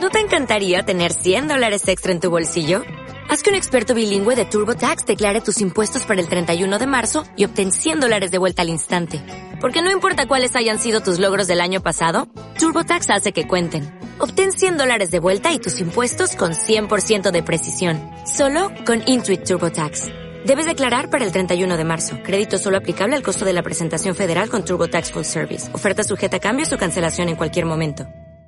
¿No te encantaría tener $100 extra en tu bolsillo? Haz que un experto bilingüe de TurboTax declare tus impuestos para el 31 de marzo y obtén $100 de vuelta al instante. Porque no importa cuáles hayan sido tus logros del año pasado, TurboTax hace que cuenten. Obtén $100 de vuelta y tus impuestos con 100% de precisión. Solo con Intuit TurboTax. Debes declarar para el 31 de marzo. Crédito solo aplicable al costo de la presentación federal con TurboTax Full Service. Oferta sujeta a cambios o cancelación en cualquier momento.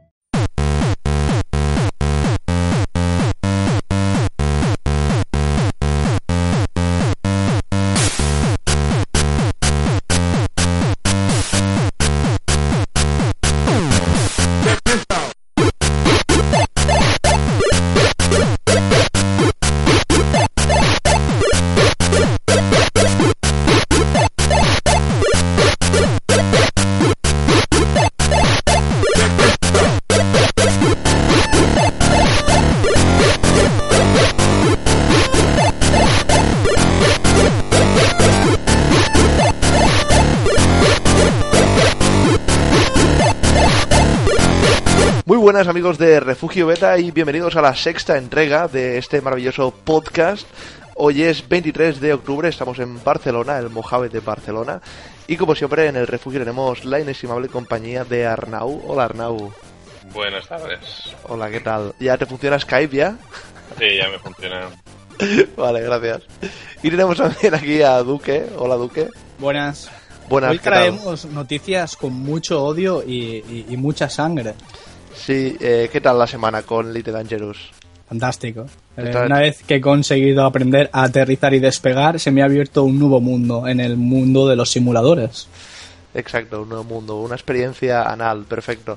Buenas amigos de Refugio Beta y bienvenidos a la sexta entrega de este maravilloso podcast. Hoy es 23 de octubre, estamos en Barcelona, el Mojave de Barcelona. Y como siempre en el refugio tenemos la inestimable compañía de Arnau. Hola Arnau. Buenas tardes. Hola, ¿qué tal? ¿Ya te funciona Skype ya? Sí, ya me funciona. Vale, gracias. Y tenemos también aquí a Duque. Hola Duque. Buenas. Buenas. Hoy traemos noticias con mucho odio y mucha sangre. Sí, ¿qué tal la semana con Elite Dangerous? Fantástico. Una vez que he conseguido aprender a aterrizar y despegar, se me ha abierto un nuevo mundo en el mundo de los simuladores. Exacto, un nuevo mundo, una experiencia anal, perfecto.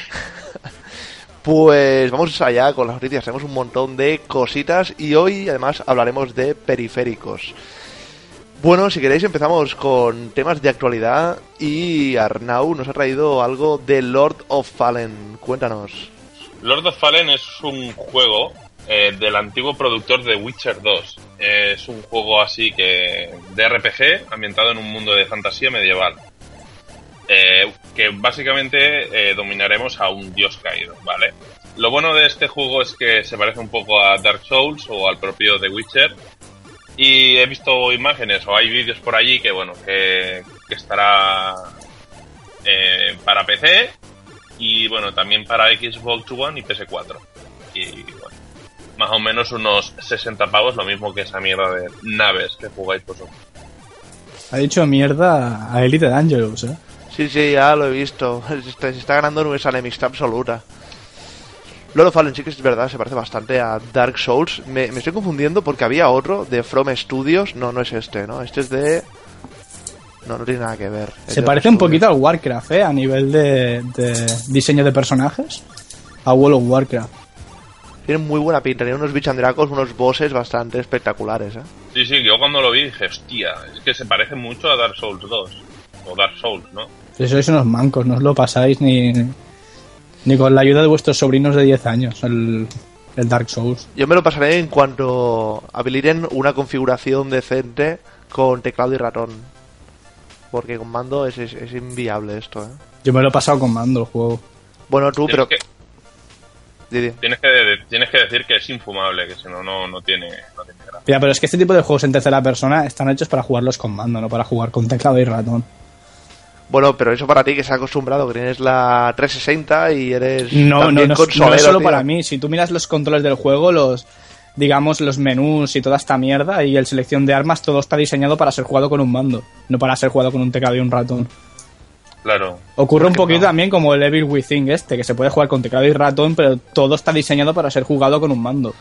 Pues vamos allá con las noticias, tenemos un montón de cositas y hoy además hablaremos de periféricos. Bueno, si queréis empezamos con temas de actualidad y Arnau nos ha traído algo de Lord of Fallen. Cuéntanos. Lord of Fallen es un juego del antiguo productor de Witcher 2. Es un juego así que de RPG ambientado en un mundo de fantasía medieval. Que básicamente dominaremos a un dios caído, ¿vale? Lo bueno de este juego es que se parece un poco a Dark Souls o al propio The Witcher. Y he visto imágenes o hay vídeos por allí que bueno que estará para PC y bueno también para Xbox One y PS4 y bueno más o menos unos 60 pavos, lo mismo que esa mierda de naves que jugáis vosotros. Ha dicho mierda a Elite Dangerous, ¿eh? Sí, ya lo he visto. Se está ganando nuestra enemistad absoluta. Lord of Fallen sí que es verdad, se parece bastante a Dark Souls. Me estoy confundiendo porque había otro de From Studios. No es este, ¿no? Este es de... No tiene nada que ver. Se parece un poquito al Warcraft, ¿eh? A nivel de diseño de personajes. A World of Warcraft. Tienen muy buena pinta. Tienen unos bichandracos, unos bosses bastante espectaculares, ¿eh? Sí, yo cuando lo vi dije, hostia, es que se parece mucho a Dark Souls 2. O Dark Souls, ¿no? Si sois unos mancos, no os lo pasáis ni con la ayuda de vuestros sobrinos de 10 años, el Dark Souls. Yo me lo pasaré en cuanto habiliten una configuración decente con teclado y ratón. Porque con mando es inviable esto, ¿eh? Yo me lo he pasado con mando el juego. Bueno, tú, pero... Tienes que decir que es infumable, que si no tiene gracia. Ya, pero es que este tipo de juegos en tercera persona están hechos para jugarlos con mando, no para jugar con teclado y ratón. Bueno, pero eso para ti que se ha acostumbrado, que tienes la 360 y eres no consolero, es solo tío. Para mí. Si tú miras los controles del juego, los menús y toda esta mierda y el selección de armas, todo está diseñado para ser jugado con un mando, no para ser jugado con un teclado y un ratón. Claro. Ocurre un poquito también como el Evil Within que se puede jugar con teclado y ratón, pero todo está diseñado para ser jugado con un mando.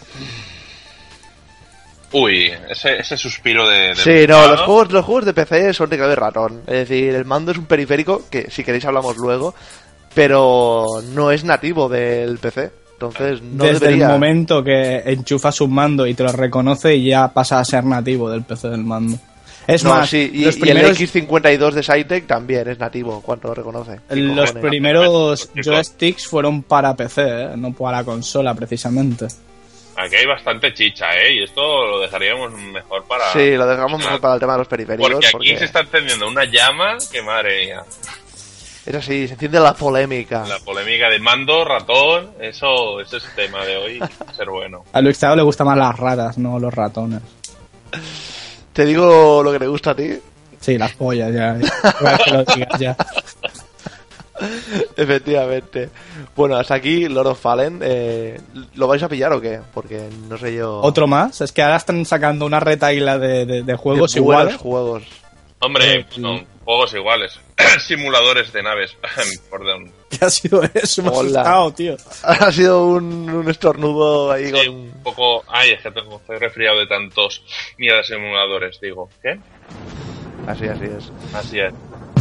Uy, ese suspiro de... Sí, no, los juegos de PC son teclado y ratón. Es decir, el mando es un periférico, que si queréis hablamos luego, pero no es nativo del PC. Entonces no Desde debería... el momento que enchufas un mando y te lo reconoce, ya pasa a ser nativo del PC del mando. Es más, sí, y el X52 de Cytec también es nativo, cuando lo reconoce. Los primeros joysticks fueron para PC, no para consola precisamente. Aquí hay bastante chicha, y esto lo dejaríamos mejor para... Sí, lo dejamos mejor para el tema de los periféricos. Porque aquí se está encendiendo una llama que madre mía. Es así, se enciende la polémica. La polémica de mando, ratón, eso es el tema de hoy, ser bueno. A Luis Tao le gustan más las ratas, no los ratones. ¿Te digo lo que te gusta a ti? Sí, las pollas, ya. Igual que lo digas, ya. Efectivamente. Bueno, hasta aquí Lord of Fallen. ¿Lo vais a pillar o qué? Porque no sé yo... ¿Otro más? Es que ahora están sacando una retaíla de juegos de iguales. Juegos. Hombre, son juegos iguales. Simuladores de naves. Perdón. ¿Qué ha sido eso? Me ha asustado, tío. Ha sido un estornudo ahí Sí, con... un poco... Ay, es que estoy resfriado de tantos mierdas simuladores, digo. ¿Qué? Así es. Así es.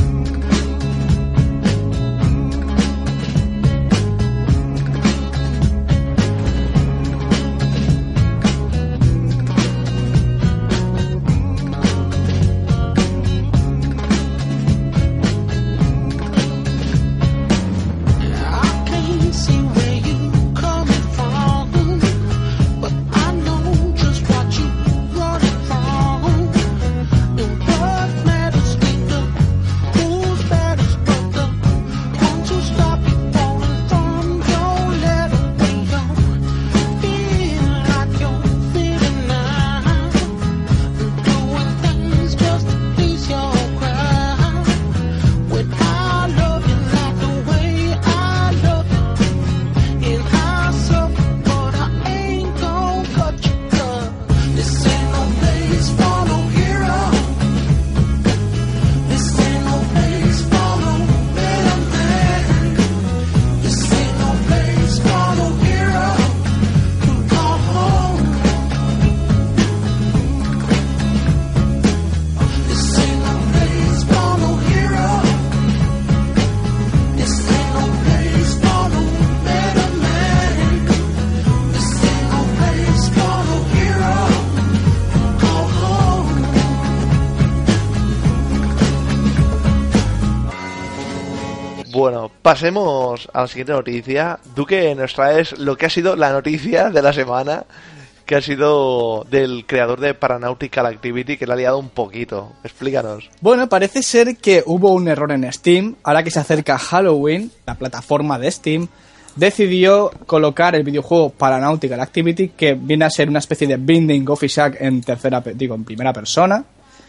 Bueno, pasemos a la siguiente noticia. Duque, nos traes lo que ha sido la noticia de la semana, que ha sido del creador de Paranautical Activity, que le ha liado un poquito. Explícanos. Bueno, parece ser que hubo un error en Steam. Ahora que se acerca Halloween, la plataforma de Steam decidió colocar el videojuego Paranautical Activity, que viene a ser una especie de Binding of Isaac en primera persona.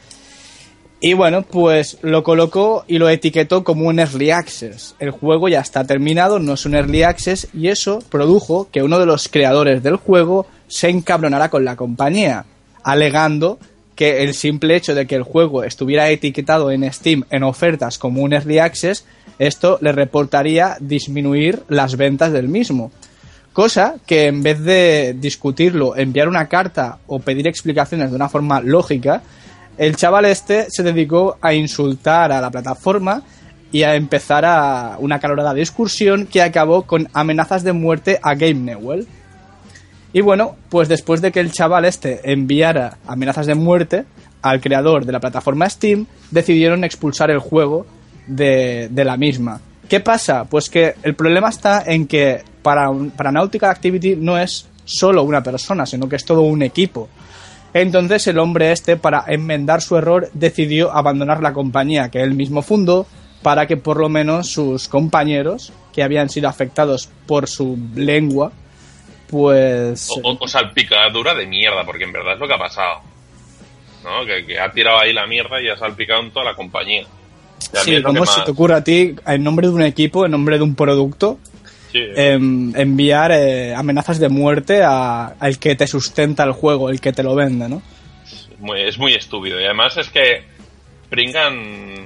Y bueno, pues lo colocó y lo etiquetó como un Early Access. El juego ya está terminado, no es un Early Access, y eso produjo que uno de los creadores del juego se encabronara con la compañía, alegando que el simple hecho de que el juego estuviera etiquetado en Steam en ofertas como un Early Access, esto le reportaría disminuir las ventas del mismo. Cosa que en vez de discutirlo, enviar una carta o pedir explicaciones de una forma lógica, el chaval este se dedicó a insultar a la plataforma y a empezar a una acalorada discusión que acabó con amenazas de muerte a Gabe Newell. Y bueno, pues después de que el chaval este enviara amenazas de muerte al creador de la plataforma Steam, decidieron expulsar el juego de la misma. ¿Qué pasa? Pues que el problema está en que Paranautical Activity no es solo una persona, sino que es todo un equipo. Entonces el hombre este, para enmendar su error, decidió abandonar la compañía que él mismo fundó para que por lo menos sus compañeros, que habían sido afectados por su lengua, pues... O salpicadura de mierda, porque en verdad es lo que ha pasado, ¿no? Que ha tirado ahí la mierda y ha salpicado en toda la compañía. Sí, ¿cómo se te ocurre a ti, en nombre de un equipo, en nombre de un producto, sí, enviar amenazas de muerte al que te sustenta el juego, el que te lo vende, ¿no? Es muy estúpido. Y además es que pringan...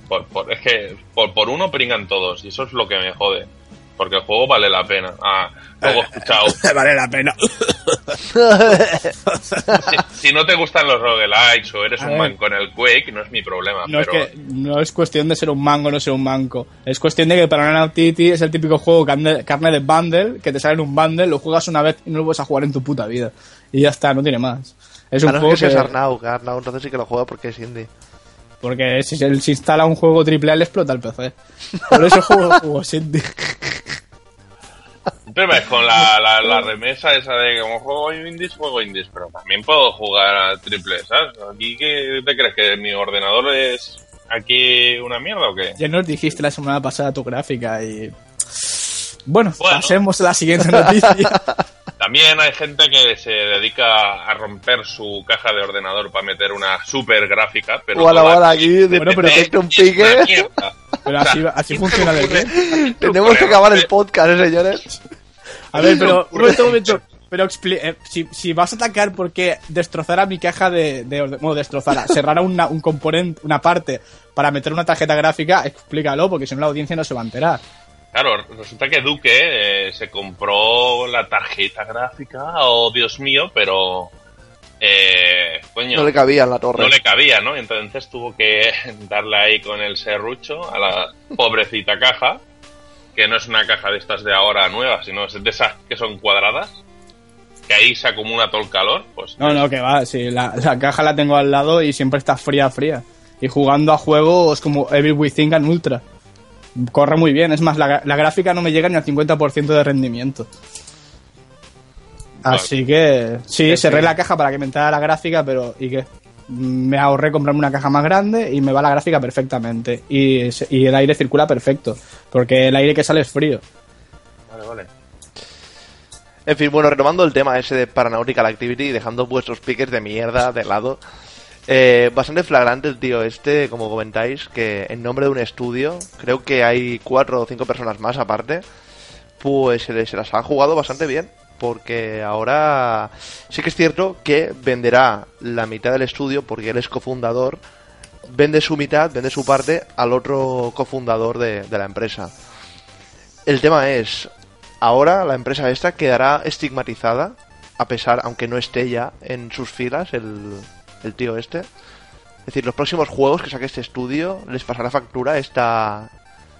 Por uno pringan todos, y eso es lo que me jode. Porque el juego vale la pena. Luego he escuchado... Vale la pena. Si no te gustan los roguelikes o eres un manco en el Quake, no es mi problema. No, pero... es que no es cuestión de ser un mango o no ser un manco. Es cuestión de que Paranautical Activity es el típico juego carne de bundle, que te sale en un bundle, lo juegas una vez y no lo vuelves a jugar en tu puta vida. Y ya está, no tiene más. Es un juego que es Arnau entonces sí que lo juega porque es indie. Porque si se instala un juego AAA le explota el PC. Por eso juego indie. Siempre ves con la remesa esa de como juego indies, pero también puedo jugar a triple, ¿sabes? Aquí, ¿qué te crees? ¿Que mi ordenador es aquí una mierda o qué? Ya nos dijiste la semana pasada tu gráfica y... Bueno, pasemos a la siguiente noticia. También hay gente que se dedica a romper su caja de ordenador para meter una super gráfica, pero... Wala, aquí, bueno, pero detecta un pique. Pero así funciona de bien. Tenemos que acabar el podcast, señores. A ver, pero un momento. Pero si vas a atacar porque destrozara mi caja bueno, destrozara, cerrara un componente, una parte para meter una tarjeta gráfica, explícalo, porque si no la audiencia no se va a enterar. Claro, resulta que Duque se compró la tarjeta gráfica, oh Dios mío, pero... coño, no le cabía en la torre. No le cabía, ¿no? Entonces tuvo que darle ahí con el serrucho a la pobrecita caja, que no es una caja de estas de ahora nuevas, sino es de esas que son cuadradas, que ahí se acumula todo el calor. Pues no, que va, sí, la caja la tengo al lado y siempre está fría. Y jugando a juegos como Evil Within en Ultra. Corre muy bien, es más, la gráfica no me llega ni al 50% de rendimiento. Así que sí, cerré la caja para que me entrara la gráfica, pero ¿y qué? Me ahorré comprarme una caja más grande y me va la gráfica perfectamente. Y el aire circula perfecto, porque el aire que sale es frío. Vale. En fin, bueno, retomando el tema ese de Paranautical Activity y dejando vuestros piques de mierda de lado... bastante flagrante el tío este, como comentáis, que en nombre de un estudio, creo que hay 4 o 5 personas más aparte, pues se las ha jugado bastante bien, porque ahora sí que es cierto que venderá la mitad del estudio, porque él es cofundador, vende su mitad, vende su parte al otro cofundador de la empresa. El tema es, ahora la empresa esta quedará estigmatizada, a pesar, aunque no esté ya en sus filas el tío este. Es decir, los próximos juegos que saque este estudio les pasará factura esta...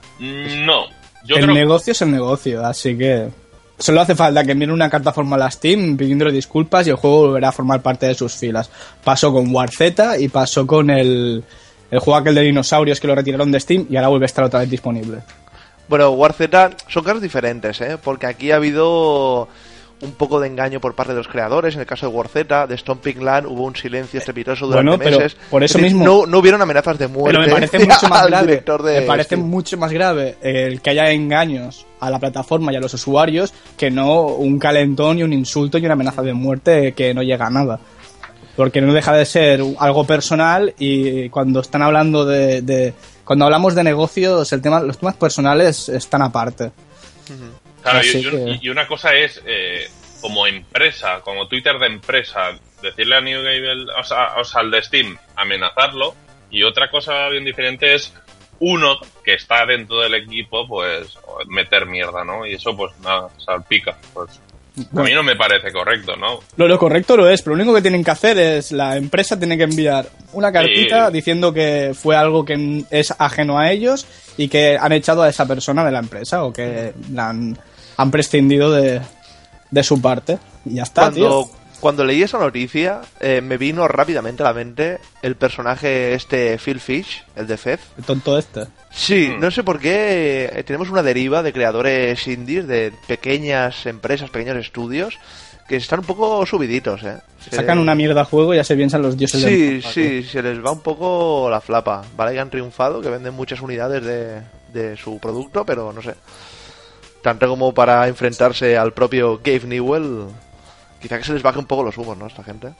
No. El negocio es el negocio, así que solo hace falta que envíen una carta formal a Steam pidiéndole disculpas y el juego volverá a formar parte de sus filas. Pasó con War Z y pasó con el juego aquel de dinosaurios que lo retiraron de Steam y ahora vuelve a estar otra vez disponible. Bueno, War Z son casos diferentes, porque aquí ha habido un poco de engaño por parte de los creadores. En el caso de War Z, de Stomping Land, hubo un silencio estrepitoso durante meses. Por eso mismo no hubieron amenazas de muerte. Pero me parece mucho más grave. Me parece mucho más grave el que haya engaños a la plataforma y a los usuarios que no un calentón y un insulto y una amenaza de muerte que no llega a nada. Porque no deja de ser algo personal y cuando están hablando cuando hablamos de negocios, los temas personales están aparte. Claro, y una cosa es, como empresa, como Twitter de empresa, decirle a New Game, o sea, al de Steam, amenazarlo, y otra cosa bien diferente es uno que está dentro del equipo, pues, meter mierda, ¿no? Y eso, pues, nada, salpica, pues... A mí no me parece correcto, ¿no? Lo correcto lo es, pero lo único que tienen que hacer es la empresa tiene que enviar una cartita diciendo que fue algo que es ajeno a ellos y que han echado a esa persona de la empresa o que la han prescindido de su parte. Y ya está, Cuando leí esa noticia, me vino rápidamente a la mente el personaje Phil Fish, el de Fez. El tonto este. Sí, no sé por qué tenemos una deriva de creadores indies, de pequeñas empresas, pequeños estudios, que están un poco subiditos, Sacan una mierda a juego y ya se piensan los dioses del mundo. Sí, se les va un poco la flapa. Vale que han triunfado, que venden muchas unidades de su producto, pero no sé. Tanto como para enfrentarse al propio Gabe Newell, quizá que se les baje un poco los humos, ¿no? Esta gente.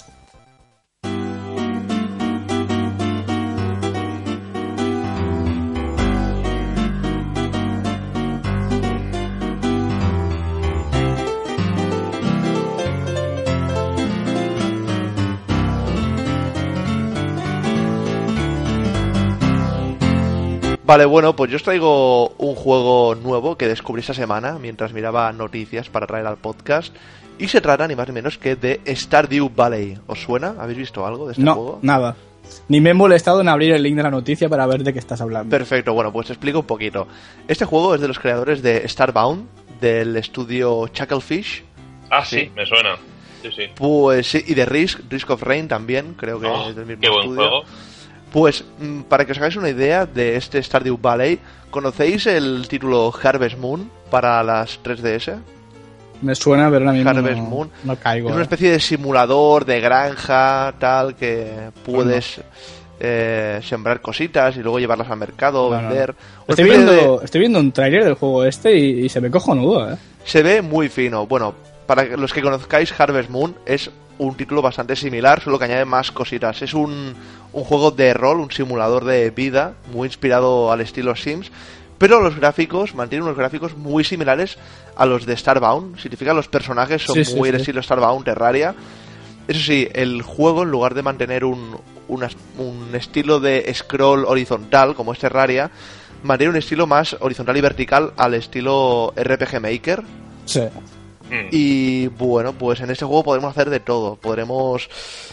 Vale, bueno, pues yo os traigo un juego nuevo que descubrí esta semana mientras miraba noticias para traer al podcast. Y se trata ni más ni menos que de Stardew Valley. ¿Os suena? ¿Habéis visto algo de este juego? No, nada. Ni me he molestado en abrir el link de la noticia para ver de qué estás hablando. Perfecto, bueno, pues te explico un poquito. Este juego es de los creadores de Starbound, del estudio Chucklefish. Ah, sí, me suena. Sí. Pues sí, y de Risk of Rain también, creo que es del mismo qué buen estudio. Juego. Pues, para que os hagáis una idea de este Stardew Valley, ¿conocéis el título Harvest Moon para las 3DS? Me suena, pero ahora mismo Harvest Moon. No caigo. Es una especie de simulador de granja, tal, que puedes sembrar cositas y luego llevarlas al mercado, vender. Estoy viendo un tráiler del juego este y se ve cojonudo, Se ve muy fino. Bueno, para los que conozcáis, Harvest Moon es un título bastante similar, solo que añade más cositas. Es un juego de rol, un simulador de vida, muy inspirado al estilo Sims, pero los gráficos, mantienen unos gráficos muy similares a los de Starbound. Significa los personajes son muy del estilo Starbound, Terraria. Eso sí, el juego, en lugar de mantener un estilo de scroll horizontal, como es Terraria, mantiene un estilo más horizontal y vertical al estilo RPG Maker. Sí. Y bueno, pues en este juego podremos hacer de todo. Podremos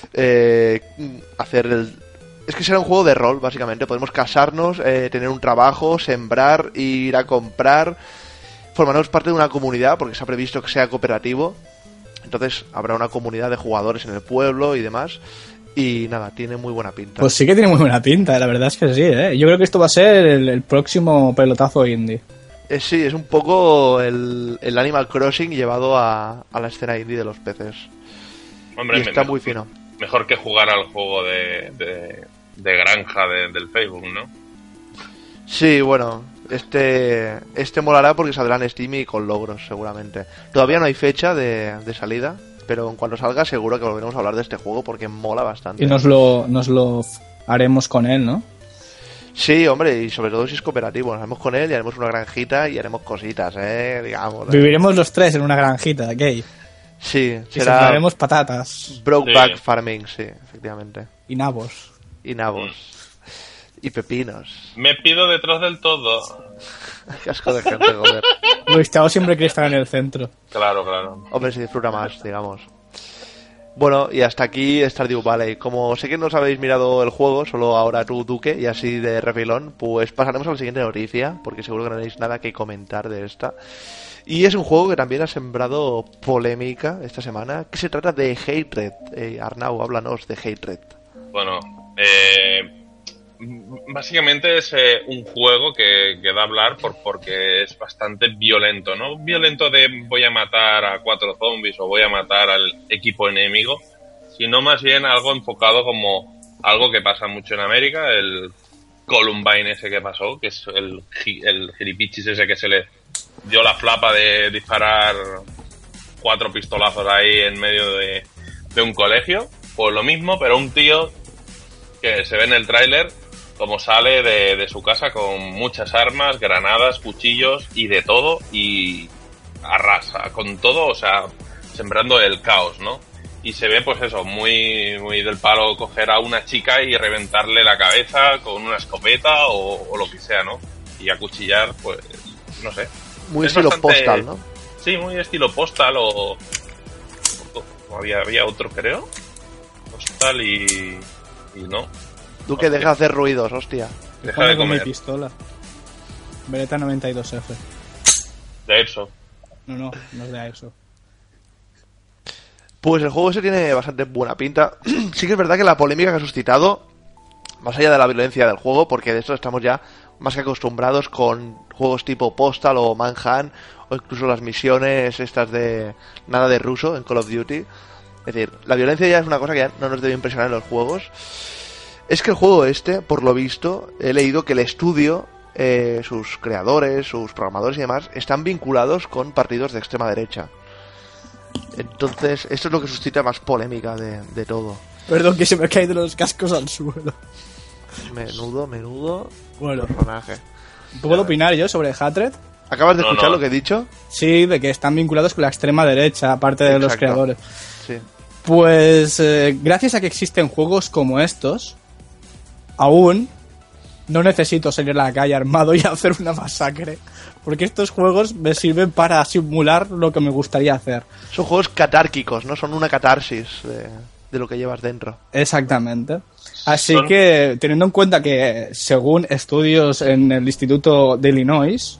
hacer es que será un juego de rol, básicamente. Podemos casarnos, tener un trabajo, sembrar, ir a comprar, formarnos parte de una comunidad, porque se ha previsto que sea cooperativo. Entonces habrá una comunidad de jugadores en el pueblo y demás. Y nada, tiene muy buena pinta. Pues sí que tiene muy buena pinta, la verdad es que sí, ¿eh? Yo creo que esto va a ser el próximo pelotazo indie. Sí, es un poco el Animal Crossing llevado a la escena indie de los PCs. Hombre, y está muy fino. Mejor que jugar al juego de granja del Facebook, ¿no? Sí, bueno, este molará porque saldrá en Steam y con logros, seguramente. Todavía no hay fecha de salida, pero en cuanto salga seguro que volveremos a hablar de este juego porque mola bastante. Y nos lo haremos con él, ¿no? Sí, hombre, y sobre todo si es cooperativo. Nos haremos con él y haremos una granjita y haremos cositas, digamos. Viviremos los tres en una granjita, ¿qué? Sí, y sembraremos patatas. Brokeback Farming, sí, efectivamente. Y nabos. Y pepinos. Me pido detrás del todo. Qué asco de gente, joder. Gustavo siempre quiere estar en el centro. Claro. Hombre, se disfruta más, digamos. Bueno, y hasta aquí Stardew Valley. Como sé que no os habéis mirado el juego, solo ahora tú, Duque, y así de refilón, pues pasaremos a la siguiente noticia, porque seguro que no tenéis nada que comentar de esta. Y es un juego que también ha sembrado polémica esta semana, que se trata de Hatred. Arnau, háblanos de Hatred. Bueno, básicamente es un juego que da a hablar porque es bastante violento, ¿no? Violento de voy a matar a 4 zombies o voy a matar al equipo enemigo, sino más bien algo enfocado como algo que pasa mucho en América, el Columbine ese que pasó, que es el gilipichis ese que se le dio la flapa de disparar 4 pistolazos ahí en medio de un colegio. Pues lo mismo, pero un tío que se ve en el tráiler como sale de su casa con muchas armas, granadas, cuchillos y de todo, y arrasa con todo, o sea, sembrando el caos, ¿no? Y se ve, pues eso, muy del palo coger a una chica y reventarle la cabeza con una escopeta o lo que sea, ¿no? Y acuchillar, pues, no sé. Muy estilo Postal, ¿no? Sí, muy estilo Postal o había otro, creo. Postal y no. Duque, deja de hacer ruidos, hostia. Deja de comer. Mi pistola. Beretta 92F. De Airsoft. No es de Airsoft. Pues el juego ese tiene bastante buena pinta. Sí que es verdad que la polémica que ha suscitado, más allá de la violencia del juego, porque de esto estamos ya más que acostumbrados con juegos tipo Postal o Manhunt, o incluso las misiones estas de nada de ruso en Call of Duty. Es decir, la violencia ya es una cosa que ya no nos debe impresionar en los juegos. Es que el juego este, por lo visto, he leído que el estudio, sus creadores, sus programadores y demás, están vinculados con partidos de extrema derecha. Entonces, esto es lo que suscita más polémica de todo. Perdón, que se me ha caído los cascos al suelo. Menudo bueno, personaje. ¿Puedo opinar yo sobre Hatred? ¿Acabas de escuchar lo que he dicho? Sí, de que están vinculados con la extrema derecha, aparte de los creadores. Sí. Pues gracias a que existen juegos como estos, aún no necesito salir a la calle armado y hacer una masacre, porque estos juegos me sirven para simular lo que me gustaría hacer. Son juegos catárquicos, ¿no? Son una catarsis de lo que llevas dentro. Exactamente. Así que, teniendo en cuenta que, según estudios en el Instituto de Illinois,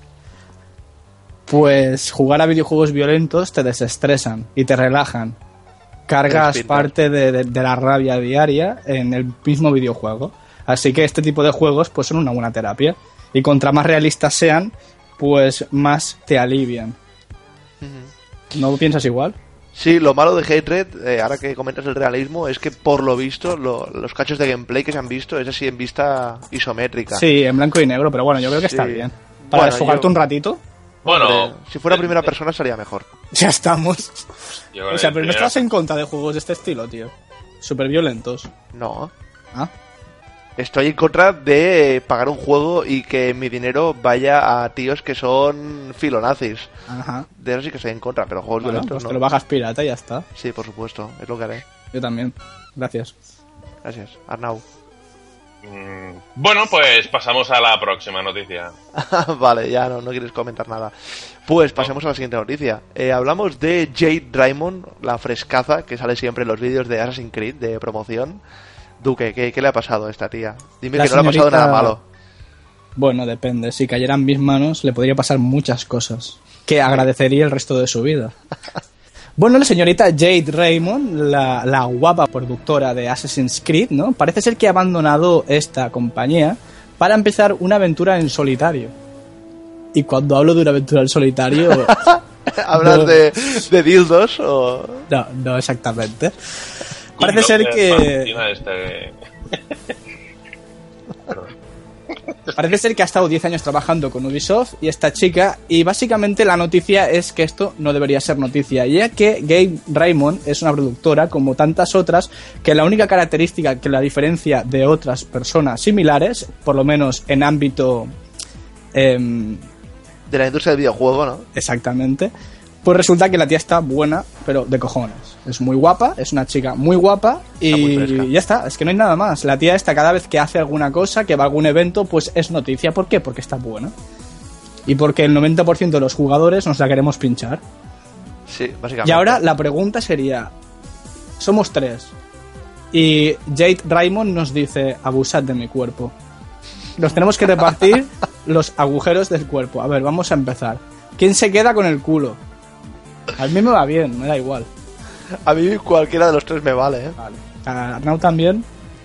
pues jugar a videojuegos violentos te desestresan y te relajan. Cargas parte de la rabia diaria en el mismo videojuego. Así que este tipo de juegos pues son una buena terapia. Y contra más realistas sean, pues más te alivian. ¿No piensas igual? Sí, lo malo de Hatred, ahora que comentas el realismo, es que por lo visto, los cachos de gameplay que se han visto es así en vista isométrica. Sí, en blanco y negro, pero bueno, yo creo que está bien. Para desfogarte un ratito. Bueno, si fuera primera persona sería mejor. Ya estamos. O sea, pero no estás en contra de juegos de este estilo, tío. Súper violentos. No. ¿Ah? Estoy en contra de pagar un juego y que mi dinero vaya a tíos que son filonazis. Ajá. De eso sí que estoy en contra, pero juegos Bueno, violentos pues no. te lo bajas pirata y ya está. Sí, por supuesto, es lo que haré. Yo también. Gracias. Gracias, Arnau. Bueno, pues pasamos a la próxima noticia. Vale, ya no quieres comentar nada. Pues pasemos a la siguiente noticia. Hablamos de Jade Raymond, la frescaza que sale siempre en los vídeos de Assassin's Creed de promoción. Duque, ¿qué le ha pasado a esta tía? Dime que no le ha pasado nada malo. Bueno, depende. Si cayera en mis manos, le podría pasar muchas cosas que agradecería el resto de su vida. Bueno, la señorita Jade Raymond, la guapa productora de Assassin's Creed, ¿no? Parece ser que ha abandonado esta compañía para empezar una aventura en solitario. Y cuando hablo de una aventura en solitario... ¿Hablas de dildos o...? No exactamente. Parece ser que... Parece ser que ha estado 10 años trabajando con Ubisoft y esta chica, y básicamente la noticia es que esto no debería ser noticia, ya que Jade Raymond es una productora como tantas otras, que la única característica que la diferencia de otras personas similares, por lo menos en ámbito... de la industria del videojuego, ¿no? Exactamente. Pues resulta que la tía está buena, pero de cojones. Es muy guapa, es una chica muy guapa y ya está, es que no hay nada más. La tía esta cada vez que hace alguna cosa, que va a algún evento, pues es noticia. ¿Por qué? Porque está buena. Y porque el 90% de los jugadores nos la queremos pinchar. Sí, básicamente. Y ahora la pregunta sería, somos 3 y Jade Raymond nos dice, abusad de mi cuerpo. Nos tenemos que repartir los agujeros del cuerpo. A ver, vamos a empezar. ¿Quién se queda con el culo? A mí me va bien, me da igual. A mí cualquiera de los 3 me vale, ¿eh? Vale. ¿A Arnau también?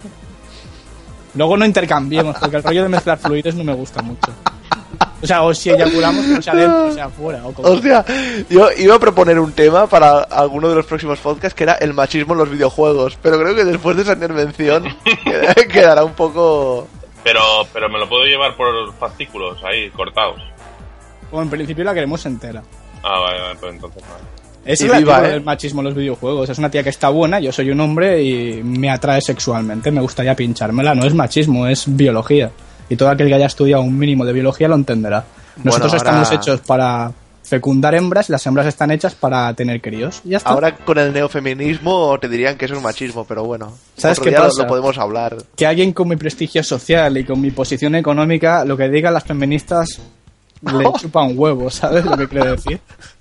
Luego no intercambiemos, porque el rollo de mezclar fluidos no me gusta mucho. O sea, o si eyaculamos, o sea dentro, o sea afuera. O como... Hostia, yo iba a proponer un tema para alguno de los próximos podcasts que era el machismo en los videojuegos, pero creo que después de esa intervención quedará un poco... Pero me lo puedo llevar por fascículos ahí, cortados. Bueno, en principio la queremos entera. Ah, vale, pues entonces vale. Eso es el machismo en los videojuegos. Es una tía que está buena, yo soy un hombre y me atrae sexualmente. Me gustaría pinchármela. No es machismo, es biología. Y todo aquel que haya estudiado un mínimo de biología lo entenderá. Nosotros estamos hechos para fecundar hembras y las hembras están hechas para tener críos. Y ya está. Ahora con el neofeminismo te dirían que eso es machismo, pero bueno. ¿Sabes otro qué día pasa? lo podemos hablar. Que alguien con mi prestigio social y con mi posición económica, lo que digan las feministas le chupa un huevo, ¿sabes lo que quiero decir?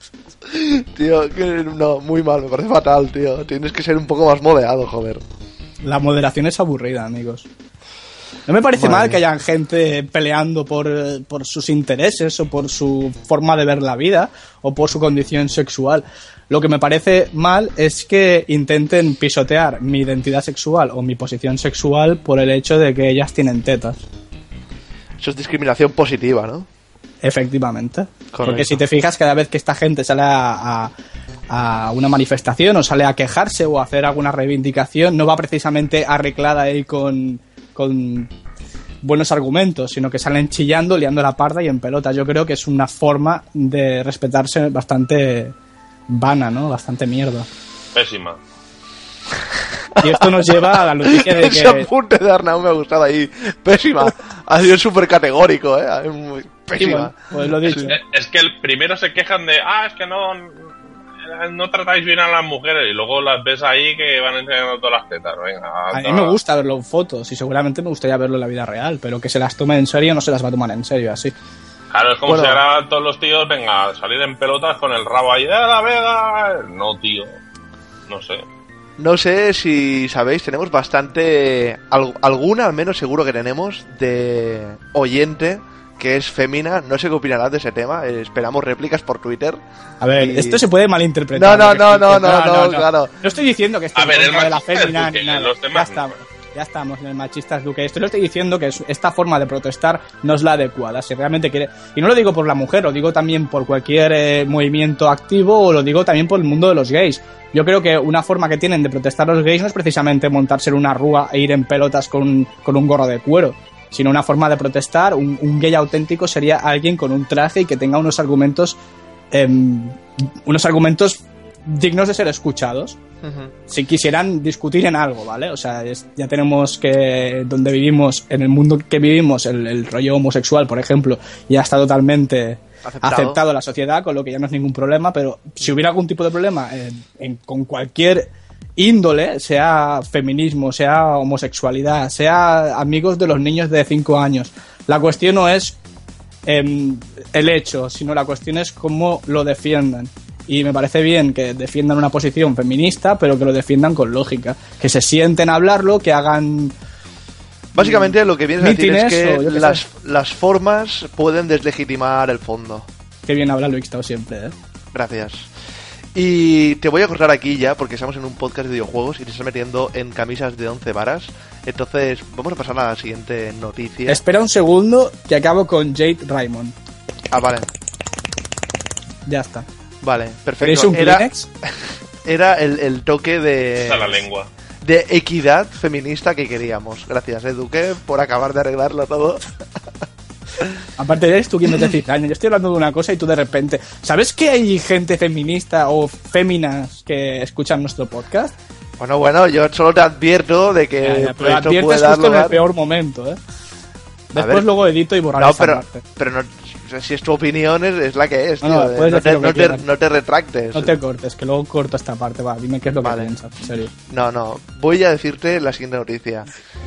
Tío, que no, muy mal, me parece fatal, tío. Tienes que ser un poco más moderado, joder. La moderación es aburrida, amigos. No me parece mal que hayan gente peleando por sus intereses o por su forma de ver la vida o por su condición sexual. Lo que me parece mal es que intenten pisotear mi identidad sexual o mi posición sexual por el hecho de que ellas tienen tetas. Eso es discriminación positiva, ¿no? Efectivamente. Correcto. Porque si te fijas, cada vez que esta gente sale a una manifestación o sale a quejarse o a hacer alguna reivindicación, no va precisamente arreglada ahí con buenos argumentos, sino que salen chillando, liando la parda y en pelota. Yo creo que es una forma de respetarse bastante vana, ¿no? Bastante mierda. Pésima. Y esto nos lleva a la noticia de que... Ese apunte de Arnau me ha gustado ahí. Pésima. Ha sido súper categórico, ¿eh? Muy pésima. Bueno, pues lo dicho. Es que el primero se quejan de, es que no tratáis bien a las mujeres, y luego las ves ahí que van enseñando todas las tetas. Venga, a mí me gusta verlo en fotos y seguramente me gustaría verlo en la vida real, pero que se las tome en serio no se las va a tomar en serio así. Claro, es como si ahora todos los tíos, venga, salir en pelotas con el rabo ahí, la vega. No, tío. No sé. No sé si sabéis, tenemos bastante... Alguna, al menos seguro que tenemos, de oyente que es fémina. No sé qué opinarás de ese tema. Esperamos réplicas por Twitter. A ver, esto se puede malinterpretar. No, claro. No estoy diciendo que esté en contra de la fémina ni nada. Ya está. Ya estamos en el machistas Duque. Esto lo estoy diciendo que esta forma de protestar no es la adecuada. Si realmente quiere... Y no lo digo por la mujer, lo digo también por cualquier movimiento activo, o lo digo también por el mundo de los gays. Yo creo que una forma que tienen de protestar los gays no es precisamente montarse en una rúa e ir en pelotas con un gorro de cuero, sino una forma de protestar. Un gay auténtico sería alguien con un traje y que tenga unos argumentos dignos de ser escuchados. Uh-huh. Si quisieran discutir en algo, ¿vale? O sea, ya tenemos que donde vivimos, en el mundo que vivimos, el rollo homosexual, por ejemplo, ya está totalmente aceptado en la sociedad, con lo que ya no es ningún problema. Pero si hubiera algún tipo de problema con cualquier índole, sea feminismo, sea homosexualidad, sea amigos de los niños de 5 años, la cuestión no es el hecho, sino la cuestión es cómo lo defiendan. Y me parece bien que defiendan una posición feminista, pero que lo defiendan con lógica, que se sienten a hablarlo, que hagan... Básicamente lo que vienes a decir es que las formas pueden deslegitimar el fondo. Qué bien habla Luis Tao siempre, ¿eh? Gracias. Y te voy a cortar aquí ya, porque estamos en un podcast de videojuegos y te estás metiendo en camisas de 11 varas. Entonces, vamos a pasar a la siguiente noticia. Espera un segundo, que acabo con Jade Raymond. Ah, vale. Ya está. Vale, perfecto. ¿Queréis un Kleenex? Era el toque de... Usa la lengua. De equidad feminista que queríamos. Gracias, Duque, por acabar de arreglarlo todo. Aparte eres tú quien me te cizaña. Yo estoy hablando de una cosa y tú de repente... ¿Sabes que hay gente feminista o féminas que escuchan nuestro podcast? Bueno, yo solo te advierto de que... Ya, pero adviertes justo en el peor momento, ¿eh? Después luego edito y borraré esa parte. Pero no... Si es tu opinión, es la que es, tío. No te retractes. No te cortes, que luego corto esta parte. Va, dime qué es lo que piensas, en serio. No. Voy a decirte la siguiente noticia.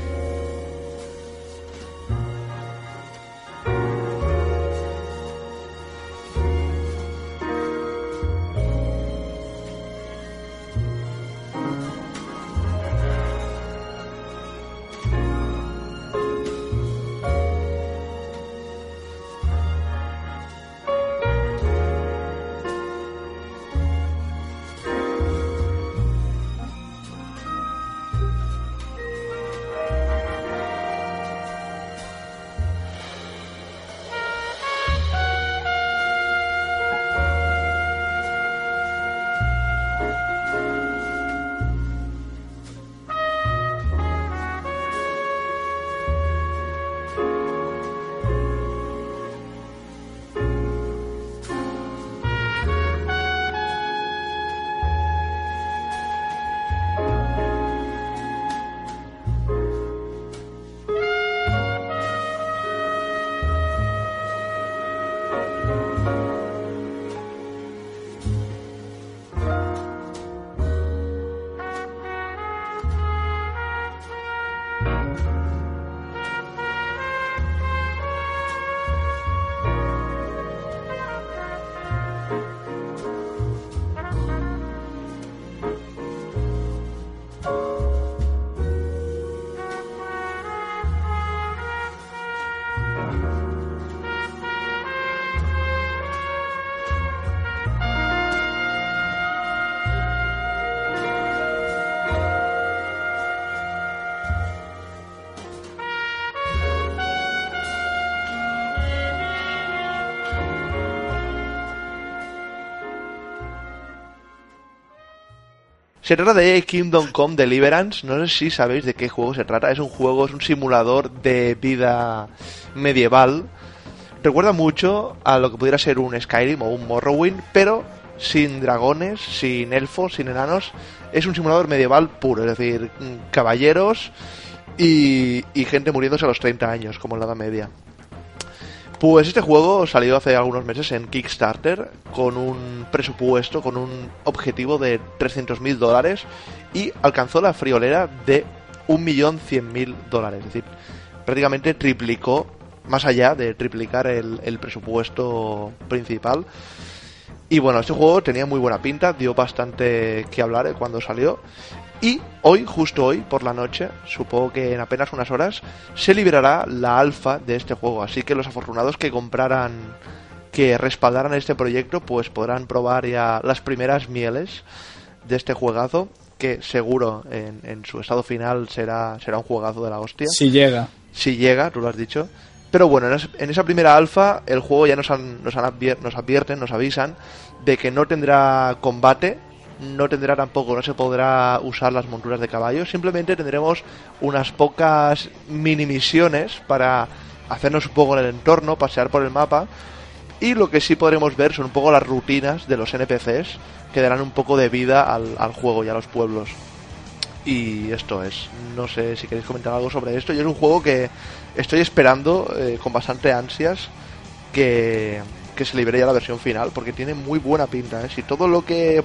Se trata de Kingdom Come Deliverance. No sé si sabéis de qué juego se trata. Es un simulador de vida medieval. Recuerda mucho a lo que pudiera ser un Skyrim o un Morrowind, pero sin dragones, sin elfos, sin enanos. Es un simulador medieval puro, es decir, caballeros y gente muriéndose a los 30 años, como en la Edad Media. Pues este juego salió hace algunos meses en Kickstarter con un presupuesto, con un objetivo de $300.000 y alcanzó la friolera de $1.100.000. Es decir, prácticamente triplicó, más allá de triplicar el presupuesto principal. Y bueno, este juego tenía muy buena pinta, dio bastante que hablar cuando salió. Y hoy, justo hoy, por la noche, supongo que en apenas unas horas, se liberará la alfa de este juego. Así que los afortunados que respaldaran este proyecto, pues podrán probar ya las primeras mieles de este juegazo, que seguro en su estado final será un juegazo de la hostia. Si llega. Si llega, tú lo has dicho. Pero bueno, en esa primera alfa el juego ya nos advierten, nos avisan de que no tendrá combate, no se podrá usar las monturas de caballo, simplemente tendremos unas pocas mini misiones para hacernos un poco en el entorno, pasear por el mapa, y lo que sí podremos ver son un poco las rutinas de los NPCs que darán un poco de vida al juego y a los pueblos. Y esto es, no sé si queréis comentar algo sobre esto. Yo es un juego que estoy esperando con bastante ansias que se libere ya la versión final, porque tiene muy buena pinta, ¿eh? Si todo lo que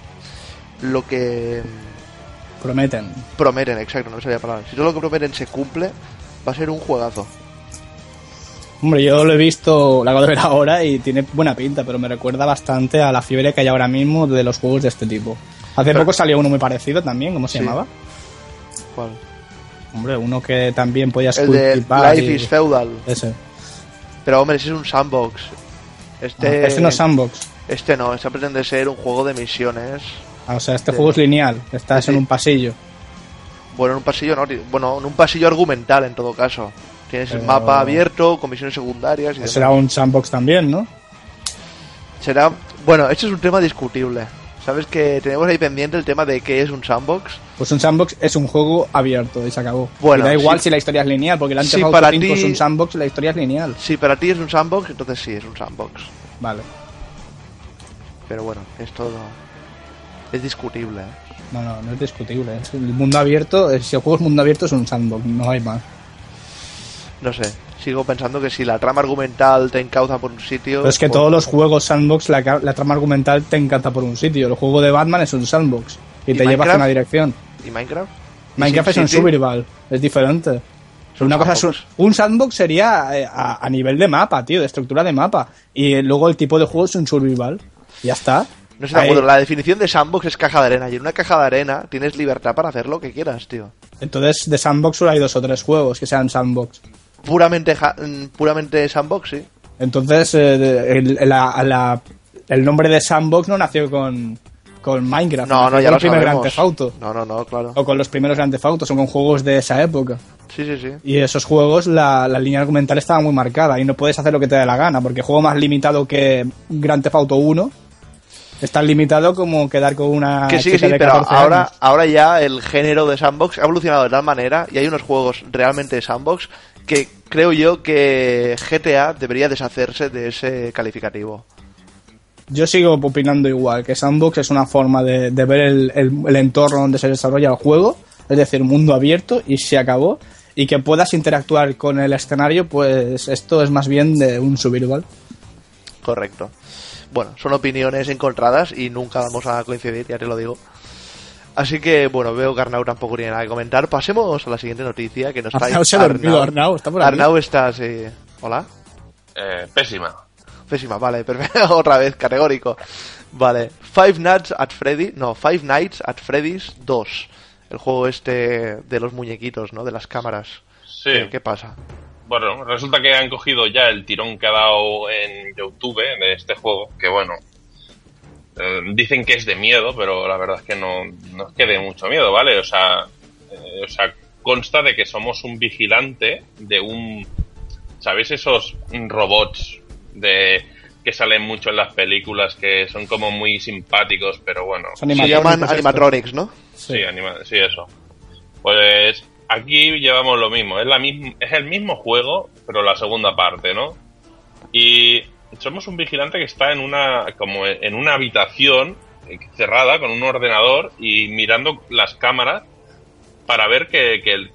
prometen, exacto, no me sabía palabras. Si todo lo que prometen se cumple, va a ser un juegazo. Hombre, yo lo he visto, lo acabo de ver ahora y tiene buena pinta, pero me recuerda bastante a la fiebre que hay ahora mismo de los juegos de este tipo. Hace poco salió uno muy parecido también, ¿cómo se llamaba? ¿Cuál? Hombre, uno que también podías cultivar. El de Life is Feudal. Ese. Pero hombre, ese es un sandbox. Este no es sandbox. Este pretende ser un juego de misiones. O sea, este juego es lineal, estás en un pasillo. Bueno, en un pasillo no, en un pasillo argumental en todo caso. Tienes el mapa abierto, con misiones secundarias y será un sandbox también, ¿no? Bueno, este es un tema discutible. ¿Sabes que tenemos ahí pendiente el tema de qué es un sandbox? Pues un sandbox es un juego abierto y se acabó. Bueno, y da igual si la historia es lineal, porque el Grand Theft Auto 5 es un sandbox y la historia es lineal. Si para ti es un sandbox, entonces sí, es un sandbox. Vale. Pero bueno, esto es discutible, ¿eh? No es discutible. Es el mundo abierto, si el juego es mundo abierto es un sandbox, no hay más. No sé, sigo pensando que si la trama argumental te encauza por un sitio... Pero es que todos los juegos sandbox, la trama argumental te encanta por un sitio. El juego de Batman es un sandbox y te lleva hacia una dirección. ¿Y Minecraft? Minecraft es un survival, es diferente. Un sandbox sería a nivel de mapa, tío, de estructura de mapa. Y luego el tipo de juego es un survival. Ya está. No sé, de acuerdo. La definición de sandbox es caja de arena. Y en una caja de arena tienes libertad para hacer lo que quieras, tío. Entonces, de sandbox solo hay 2 o 3 juegos que sean sandbox. Puramente sandbox, sí. Entonces, el nombre de sandbox no nació con Minecraft. No, ya lo primer sabemos. Grand Theft Auto. No, claro. O con los primeros Grand Theft Auto, son con juegos de esa época. Sí. Y esos juegos, la línea argumental estaba muy marcada y no puedes hacer lo que te dé la gana, porque juego más limitado que Grand Theft Auto 1 es tan limitado como quedar con una que sí, chica de pero 14 años. ahora ya el género de sandbox ha evolucionado de tal manera y hay unos juegos realmente sandbox que creo yo que GTA debería deshacerse de ese calificativo. Yo sigo opinando igual, que sandbox es una forma de ver el entorno donde se desarrolla el juego, es decir, mundo abierto y se acabó, y que puedas interactuar con el escenario, pues esto es más bien de un survival. Correcto. Bueno, son opiniones encontradas y nunca vamos a coincidir, ya te lo digo. Así que, bueno, veo que Arnau tampoco tiene nada que comentar. Pasemos a la siguiente noticia que nos trae Arnau se ha dormido, Arnau está por aquí. Arnau está, sí. ¿Hola? Pésima, vale, perfecto. Otra vez, categórico. Vale, Five Nights at Freddy's 2. El juego este de los muñequitos, ¿no? De las cámaras. Sí. ¿Qué pasa? Bueno, resulta que han cogido ya el tirón que ha dado en YouTube de este juego, que bueno, dicen que es de miedo, pero la verdad es que no es que dé mucho miedo, ¿vale? O sea, consta de que somos un vigilante de un... ¿Sabéis esos robots que salen mucho en las películas, que son como muy simpáticos, pero bueno... Se llaman animatronics, ¿no? Sí, sí, eso. Pues... Aquí llevamos lo mismo, es el mismo juego, pero la segunda parte, ¿no? Y somos un vigilante que está en una habitación cerrada con un ordenador y mirando las cámaras para ver que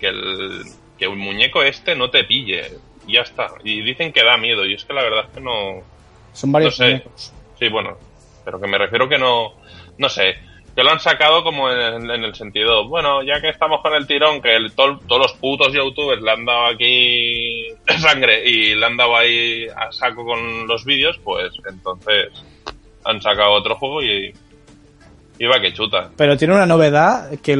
el muñeco este no te pille. Y ya está. Y dicen que da miedo, y es que la verdad es que no... Son varios muñecos. Sí, bueno, pero que me refiero que no sé... Que lo han sacado como en el sentido, bueno, ya que estamos con el tirón, que todos los putos youtubers le han dado aquí sangre y le han dado ahí a saco con los vídeos, pues entonces han sacado otro juego y va que chuta. Pero tiene una novedad que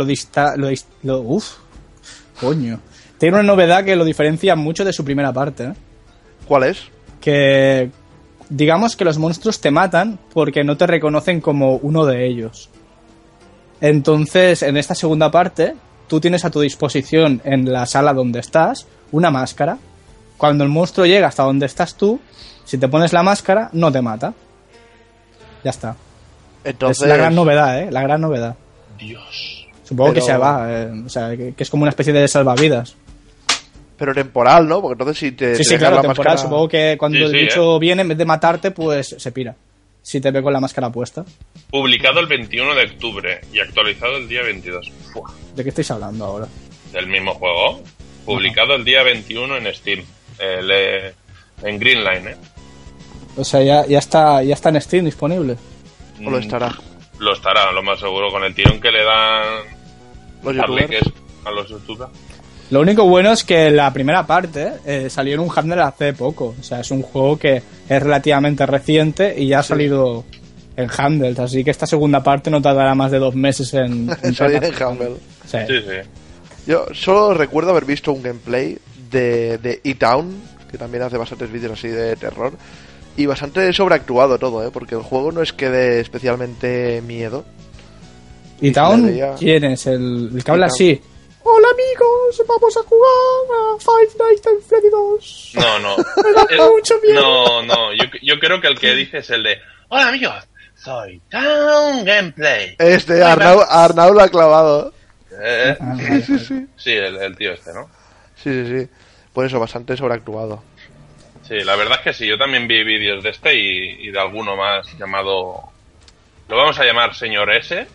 tiene una novedad que lo diferencia mucho de su primera parte, ¿eh? ¿Cuál es? Que digamos que los monstruos te matan porque no te reconocen como uno de ellos. Entonces, en esta segunda parte, tú tienes a tu disposición en la sala donde estás una máscara. Cuando el monstruo llega hasta donde estás tú, si te pones la máscara, no te mata. Ya está. Entonces... Es la gran novedad, la gran novedad. Dios. Supongo que se va, o sea, que es como una especie de salvavidas. Pero temporal, ¿no? Porque entonces si te... Sí, te claro, dejas la temporal. máscara- Supongo que cuando Sí, el sí, bicho viene, en vez de matarte, pues se pira. Si te ve con la máscara puesta. Publicado el 21 de octubre y actualizado el día 22. Fua. ¿De qué estáis hablando ahora? Del mismo juego. Publicado el día 21 en Steam. En Greenline, ¿eh? O sea, ya está en Steam disponible. ¿O lo estará? Lo estará, lo más seguro, con el tirón que le dan Los darle youtubers. que es a los youtubers. Lo único bueno es que la primera parte salió en un handle hace poco. O sea, es un juego que es relativamente reciente y ya ha salido en handles. Así que esta segunda parte no tardará más de 2 meses en Salir en Humble. Sí. Sí, sí. Yo solo recuerdo haber visto un gameplay de E-Town, que también hace bastantes vídeos así de terror, y bastante sobreactuado todo, porque el juego no es que dé especialmente miedo. ¿Y Y Town? se le veía- ¿Quién es? El que habla E-Town. así. Hola amigos, vamos a jugar a Five Nights at Freddy 2. No, no. da mucho miedo. No. Yo creo que el que dice es el de: Hola amigos, soy Town Gameplay. Arnau lo ha clavado. Vale. Sí, el tío este, ¿no? Sí. Por eso, bastante sobreactuado. Sí, la verdad es que sí. Yo también vi vídeos de este y de alguno más llamado... Lo vamos a llamar Señor S.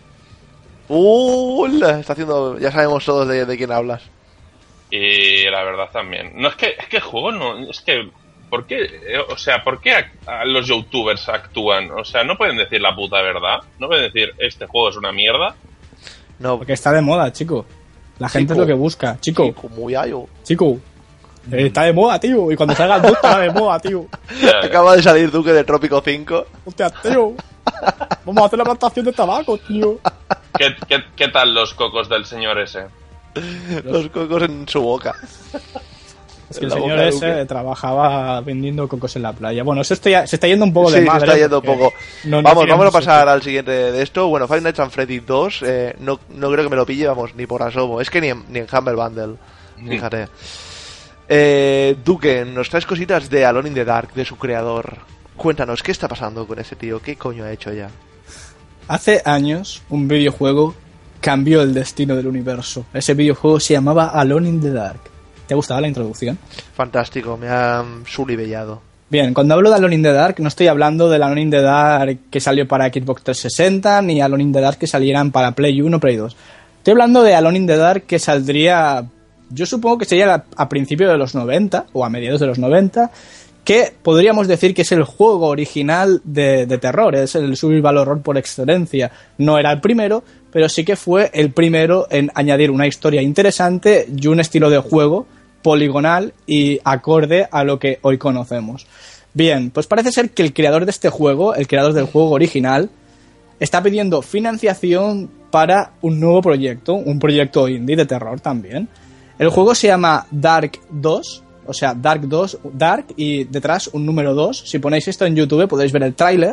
Está haciendo... Ya sabemos todos de quién hablas. Y la verdad también. No, es que el juego no... Es que... ¿Por qué? O sea, ¿por qué a los youtubers actúan? O sea, no pueden decir la puta verdad. No pueden decir, este juego es una mierda. No, Porque está de moda, chico. La gente Chico. es lo que busca. Chico. muy ayo. Está de moda, tío. Y cuando salga el 2 estará de moda, tío. Ya, Acaba de salir Duque de Trópico 5. Hostia, tío. Vamos a hacer la plantación de tabaco, tío. ¿Qué tal los cocos del Señor S? Los cocos en su boca. Es que el La señor boca de ese Duque. trabajaba vendiendo cocos en la playa. Bueno, se está yendo un poco de Sí, madre. se está yendo un porque poco. no Vamos tiene a mucho pasar al siguiente de esto. Bueno, Five Nights at Freddy 2. No creo que me lo pille, vamos, ni por asomo. Es que ni en Humble Bundle. Fíjate. Duque, nos traes cositas de Alone in the Dark, de su creador. Cuéntanos, ¿qué está pasando con ese tío? ¿Qué coño ha hecho ya? Hace años, un videojuego cambió el destino del universo. Ese videojuego se llamaba Alone in the Dark. ¿Te ha gustado la introducción? Fantástico, me ha sulibellado. Bien, cuando hablo de Alone in the Dark, no estoy hablando del Alone in the Dark que salió para Xbox 360, ni Alone in the Dark que salieran para Play 1 o Play 2. Estoy hablando de Alone in the Dark que saldría, yo supongo que sería a principios de los 90, o a mediados de los 90, que podríamos decir que es el juego original de terror, es el survival horror por excelencia. No era el primero, pero sí que fue el primero en añadir una historia interesante y un estilo de juego poligonal y acorde a lo que hoy conocemos. Bien, pues parece ser que el creador de este juego, el creador del juego original, está pidiendo financiación para un nuevo proyecto, un proyecto indie de terror también. El juego se llama Dark 2, o sea, Dark 2, Dark y detrás un número 2. Si ponéis esto en YouTube podéis ver el tráiler.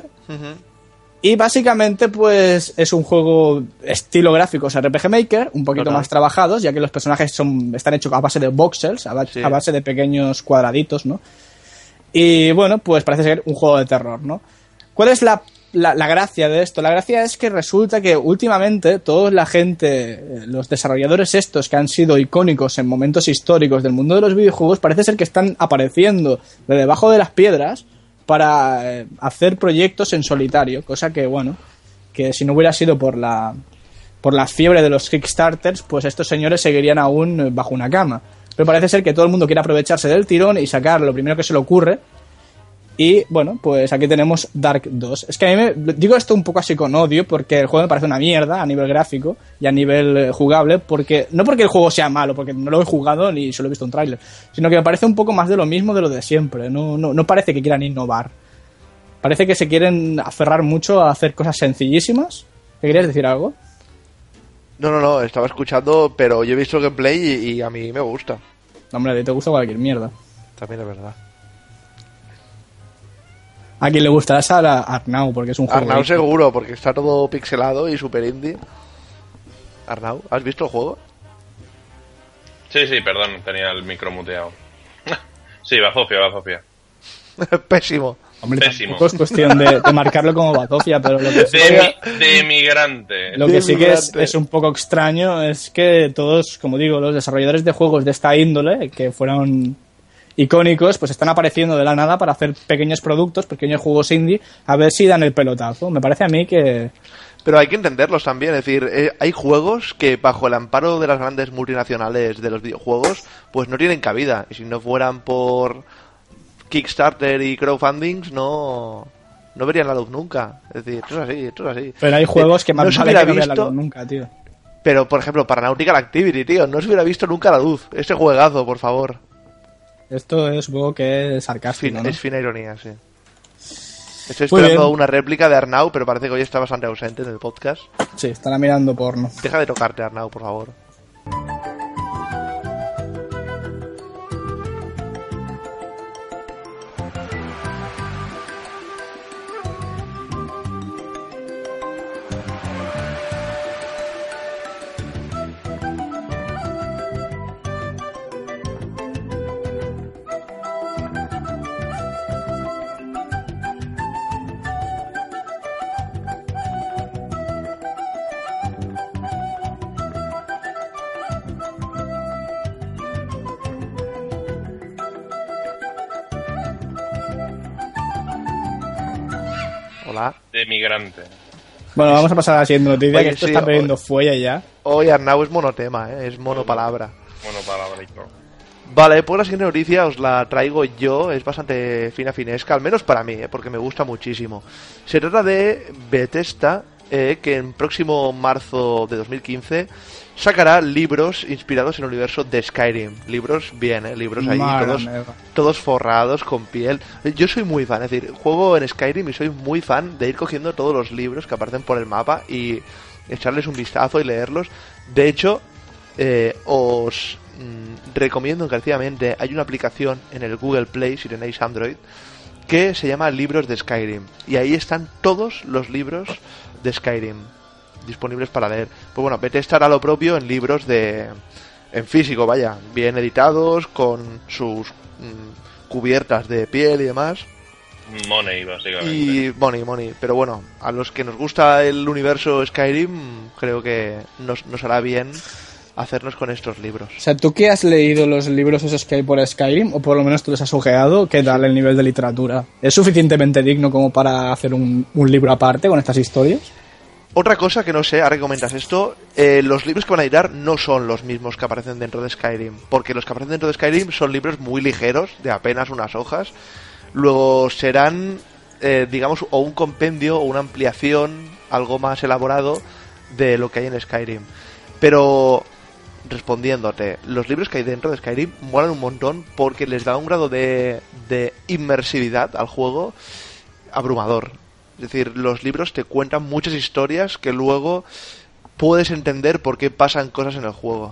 Y básicamente pues es un juego estilo gráficos RPG Maker, un poquito Total. más trabajados, ya que los personajes están hechos a base de voxels, Sí. a base de pequeños cuadraditos, ¿no? Y bueno, pues parece ser un juego de terror, ¿no? ¿Cuál es la gracia de esto? La gracia es que resulta que últimamente toda la gente, los desarrolladores estos que han sido icónicos en momentos históricos del mundo de los videojuegos, parece ser que están apareciendo de debajo de las piedras para hacer proyectos en solitario, cosa que, bueno, que si no hubiera sido por la fiebre de los Kickstarters, pues estos señores seguirían aún bajo una cama. Pero parece ser que todo el mundo quiere aprovecharse del tirón y sacar lo primero que se le ocurre. Y, bueno, pues aquí tenemos Dark 2. Es que a mí digo esto un poco así con odio, porque el juego me parece una mierda a nivel gráfico y a nivel jugable, no porque el juego sea malo, porque no lo he jugado ni solo he visto un tráiler, sino que me parece un poco más de lo mismo de lo de siempre. No parece que quieran innovar. Parece que se quieren aferrar mucho a hacer cosas sencillísimas. ¿Te querías decir algo? No, estaba escuchando, pero yo he visto el gameplay y a mí me gusta. No, hombre, a ti te gusta cualquier mierda. También es verdad. A quien le gustará es a Arnau, porque es un juego. Arnau seguro, porque está todo pixelado y super indie. Arnau, ¿has visto el juego? Sí, perdón, tenía el micro muteado. Sí, bazofia. Pésimo. Hombre, Pésimo. tampoco es cuestión de marcarlo como bazofia, pero lo que sí, De emigrante. lo que sí que es un poco extraño es que todos, como digo, los desarrolladores de juegos de esta índole, que fueron icónicos, pues están apareciendo de la nada para hacer pequeños productos, pequeños juegos indie, a ver si dan el pelotazo. Me parece a mí que... Pero hay que entenderlos también, es decir, hay juegos que bajo el amparo de las grandes multinacionales de los videojuegos, pues no tienen cabida. Y si no fueran por Kickstarter y crowdfundings, no verían la luz nunca. Es decir, esto es así. Pero hay juegos que más no se vale hubiera que no vean la visto, luz nunca, tío. Pero, por ejemplo, para Nautical Activity, tío, no se hubiera visto nunca la luz. Ese juegazo, por favor. Esto supongo que es sarcástico, ¿no? Es fina ironía, sí. Estoy Muy esperando bien. una réplica de Arnau, pero parece que hoy está bastante ausente en el podcast. Sí, estará mirando porno. Deja de tocarte, Arnau, por favor. Hola. De emigrante. Bueno, vamos a pasar a la siguiente noticia, Oye, que esto sí, está perdiendo fuelle ya. Hoy Arnau es monotema, es monopalabra. Bueno, palabrico. Vale, pues la siguiente noticia os la traigo yo, es bastante finesca, al menos para mí, porque me gusta muchísimo. Se trata de Bethesda, que en próximo marzo de 2015 sacará libros inspirados en el universo de Skyrim. Libros bien, libros ahí, todos forrados con piel. Yo soy muy fan, es decir, juego en Skyrim y soy muy fan de ir cogiendo todos los libros que aparecen por el mapa y echarles un vistazo y leerlos. De hecho, os recomiendo encarecidamente, hay una aplicación en el Google Play, si tenéis Android, que se llama Libros de Skyrim. Y ahí están todos los libros de Skyrim disponibles para leer. Pues bueno, Bethesda hará lo propio en libros en físico, vaya, bien editados, con sus cubiertas de piel y demás. Money, básicamente. Y money. Pero bueno, a los que nos gusta el universo Skyrim, creo que nos hará bien hacernos con estos libros. O sea, ¿tú que has leído los libros esos que hay por Skyrim, o por lo menos tú los has ojeado, qué tal el nivel de literatura? ¿Es suficientemente digno como para hacer un libro aparte con estas historias? Otra cosa que no sé, ahora que comentas esto, los libros que van a editar no son los mismos que aparecen dentro de Skyrim, porque los que aparecen dentro de Skyrim son libros muy ligeros, de apenas unas hojas. Luego serán, digamos, o un compendio o una ampliación, algo más elaborado de lo que hay en Skyrim. Pero, respondiéndote, los libros que hay dentro de Skyrim molan un montón porque les da un grado de inmersividad al juego abrumador. Es decir, los libros te cuentan muchas historias que luego puedes entender por qué pasan cosas en el juego.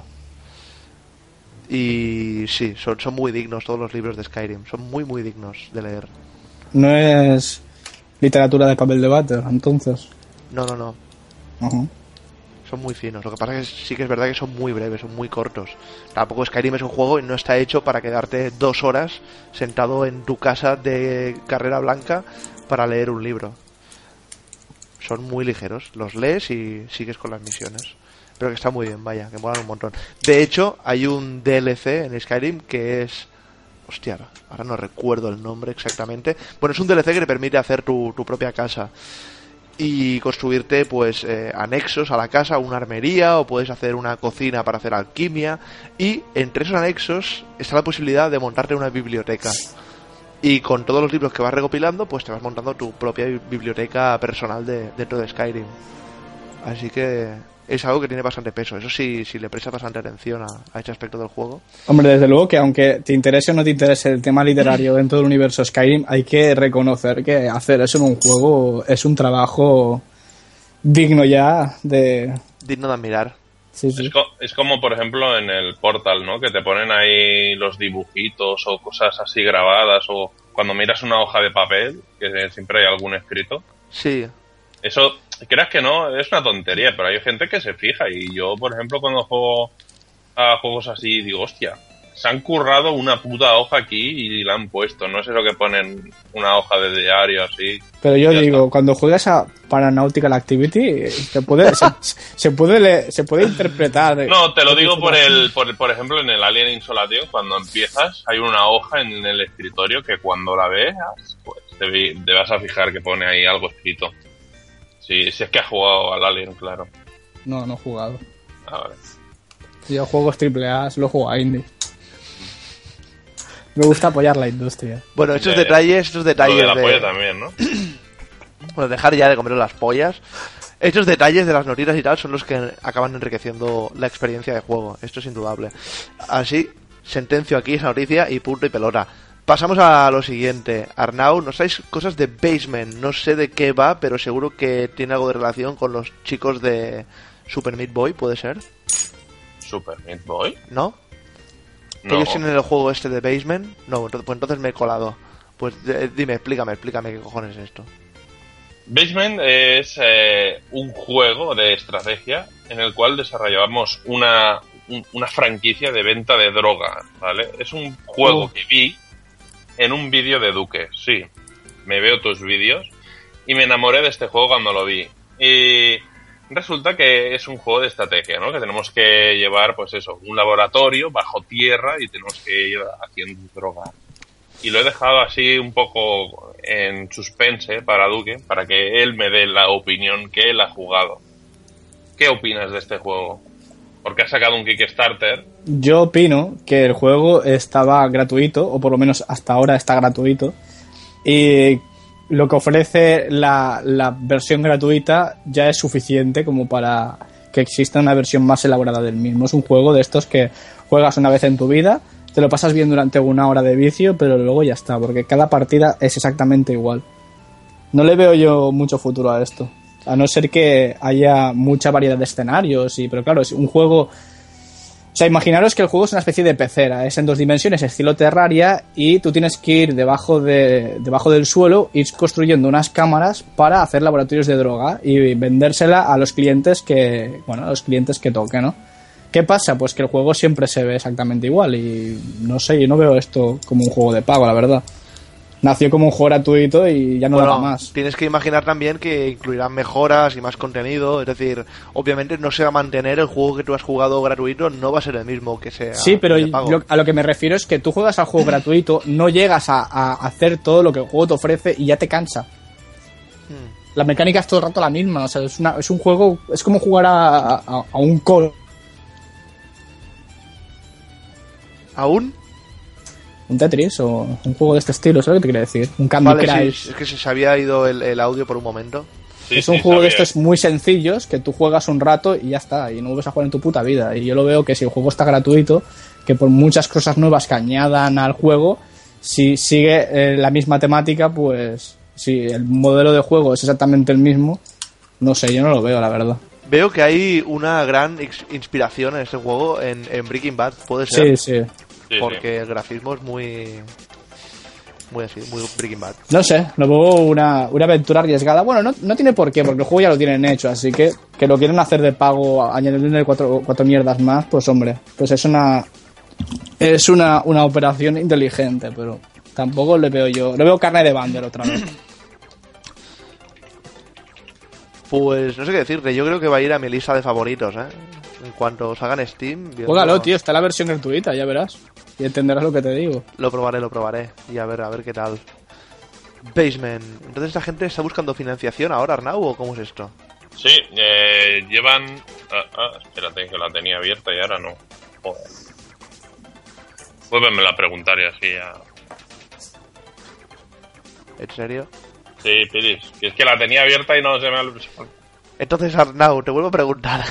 Y sí, son muy dignos todos los libros de Skyrim. Son muy dignos de leer. No es literatura de papel de váter, entonces. No. Uh-huh. Son muy finos. Lo que pasa es que sí que es verdad que son muy breves, son muy cortos. Tampoco Skyrim es un juego y no está hecho para quedarte 2 horas sentado en tu casa de carrera blanca para leer un libro. Son muy ligeros, los lees y sigues con las misiones. Pero que está muy bien, vaya, que molan un montón. De hecho, hay un DLC en Skyrim que es... Hostia, ahora no recuerdo el nombre exactamente. Bueno, es un DLC que te permite hacer tu propia casa y construirte pues anexos a la casa, una armería, o puedes hacer una cocina para hacer alquimia. Y entre esos anexos está la posibilidad de montarte una biblioteca. Y con todos los libros que vas recopilando, pues te vas montando tu propia biblioteca personal dentro de Skyrim. Así que es algo que tiene bastante peso. Eso sí, si le prestas bastante atención a este aspecto del juego. Hombre, desde luego que aunque te interese o no te interese el tema literario dentro del universo Skyrim, hay que reconocer que hacer eso en un juego es un trabajo digno ya de... Digno de admirar. Sí. Es como, por ejemplo, en el Portal, ¿no? Que te ponen ahí los dibujitos o cosas así grabadas, o cuando miras una hoja de papel, que siempre hay algún escrito. Sí. Eso creas que no, es una tontería, pero hay gente que se fija. Y yo, por ejemplo, cuando juego a juegos así, digo, hostia, se han currado una puta hoja aquí y la han puesto. No es eso que ponen una hoja de diario así. Pero yo digo, cuando juegas a Paranautical Activity, se puede interpretar. No, te lo digo por ejemplo, en el Alien Isolation, cuando empiezas, hay una hoja en el escritorio que cuando la ves, pues te vas a fijar que pone ahí algo escrito. Sí, si es que has jugado al Alien, claro. No he jugado. Vale. Yo juegos AAA, solo juego a indie. Me gusta apoyar la industria. Bueno, estos detalles lo de la polla también, ¿no? Bueno, dejar ya de comer las pollas. Estos detalles de las noticias y tal son los que acaban enriqueciendo la experiencia de juego. Esto es indudable. Así, sentencio aquí esa noticia y punto y pelota. Pasamos a lo siguiente. Arnau, nos traes cosas de Basement. No sé de qué va, pero seguro que tiene algo de relación con los chicos de Super Meat Boy, ¿puede ser? ¿Super Meat Boy? ¿No? ¿Que No. ellos tienen el juego este de Basement? No, pues entonces me he colado. Pues dime, explícame qué cojones es esto. Basement es un juego de estrategia en el cual desarrollamos una franquicia de venta de droga, ¿vale? Es un juego que vi en un vídeo de Duque, sí. Me veo tus vídeos y me enamoré de este juego cuando lo vi. Y resulta que es un juego de estrategia, ¿no? Que tenemos que llevar, pues eso, un laboratorio bajo tierra y tenemos que ir haciendo droga. Y lo he dejado así un poco en suspense para Duque, para que él me dé la opinión que él ha jugado. ¿Qué opinas de este juego? Porque ha sacado un Kickstarter. Yo opino que el juego estaba gratuito, o por lo menos hasta ahora está gratuito, y lo que ofrece la versión gratuita ya es suficiente como para que exista una versión más elaborada del mismo. Es un juego de estos que juegas una vez en tu vida, te lo pasas bien durante una hora de vicio, pero luego ya está, porque cada partida es exactamente igual. No le veo yo mucho futuro a esto, a no ser que haya mucha variedad de escenarios, pero claro, es un juego... O sea, imaginaros que el juego es una especie de pecera, es en 2 dimensiones, estilo Terraria, y tú tienes que ir debajo del suelo, ir construyendo unas cámaras para hacer laboratorios de droga y vendérsela a los clientes que toque, ¿no? ¿Qué pasa? Pues que el juego siempre se ve exactamente igual y no sé, yo no veo esto como un juego de pago, la verdad. Nació como un juego gratuito y ya no daba más. Tienes que imaginar también que incluirán mejoras y más contenido. Es decir, obviamente no se va a mantener el juego que tú has jugado gratuito, no va a ser el mismo que sea. Sí, pero de pago. a lo que me refiero es que tú juegas al juego gratuito, no llegas a hacer todo lo que el juego te ofrece y ya te cansa. La mecánica es todo el rato la misma. O sea, es un juego, es como jugar a un Call. ¿Aún? Un Tetris o un juego de este estilo, ¿sabes lo que te quiero decir? Un Candy Crush. Sí, es que se había ido el audio por un momento. Sí, es un juego de estos muy sencillos que tú juegas un rato y ya está, y no vuelves a jugar en tu puta vida. Y yo lo veo que si el juego está gratuito, que por muchas cosas nuevas que añadan al juego, si sigue la misma temática, pues si el modelo de juego es exactamente el mismo, no sé, yo no lo veo, la verdad. Veo que hay una gran inspiración en este juego en Breaking Bad, puede ser. Sí. Porque el grafismo es muy así, muy Breaking Bad. No sé, lo veo una aventura arriesgada. Bueno, no tiene por qué, porque el juego ya lo tienen hecho, así que lo quieren hacer de pago, añadirle cuatro mierdas más, pues hombre, pues es una operación inteligente, pero tampoco le veo carne de Bander otra vez. Pues no sé qué decirte, yo creo que va a ir a mi lista de favoritos, ¿eh? En cuanto salga en Steam... Juégalo, tío, está la versión gratuita, ya verás. Y entenderás lo que te digo. Lo probaré. Y a ver qué tal. Basement. Entonces esta gente está buscando financiación ahora, Arnau, ¿o cómo es esto? Sí, llevan... espérate, que la tenía abierta y ahora no. Joder. Vuélveme a preguntar y así ya... ¿En serio? Sí, Piris, que es que la tenía abierta y no se me ha... Entonces, Arnau, te vuelvo a preguntar.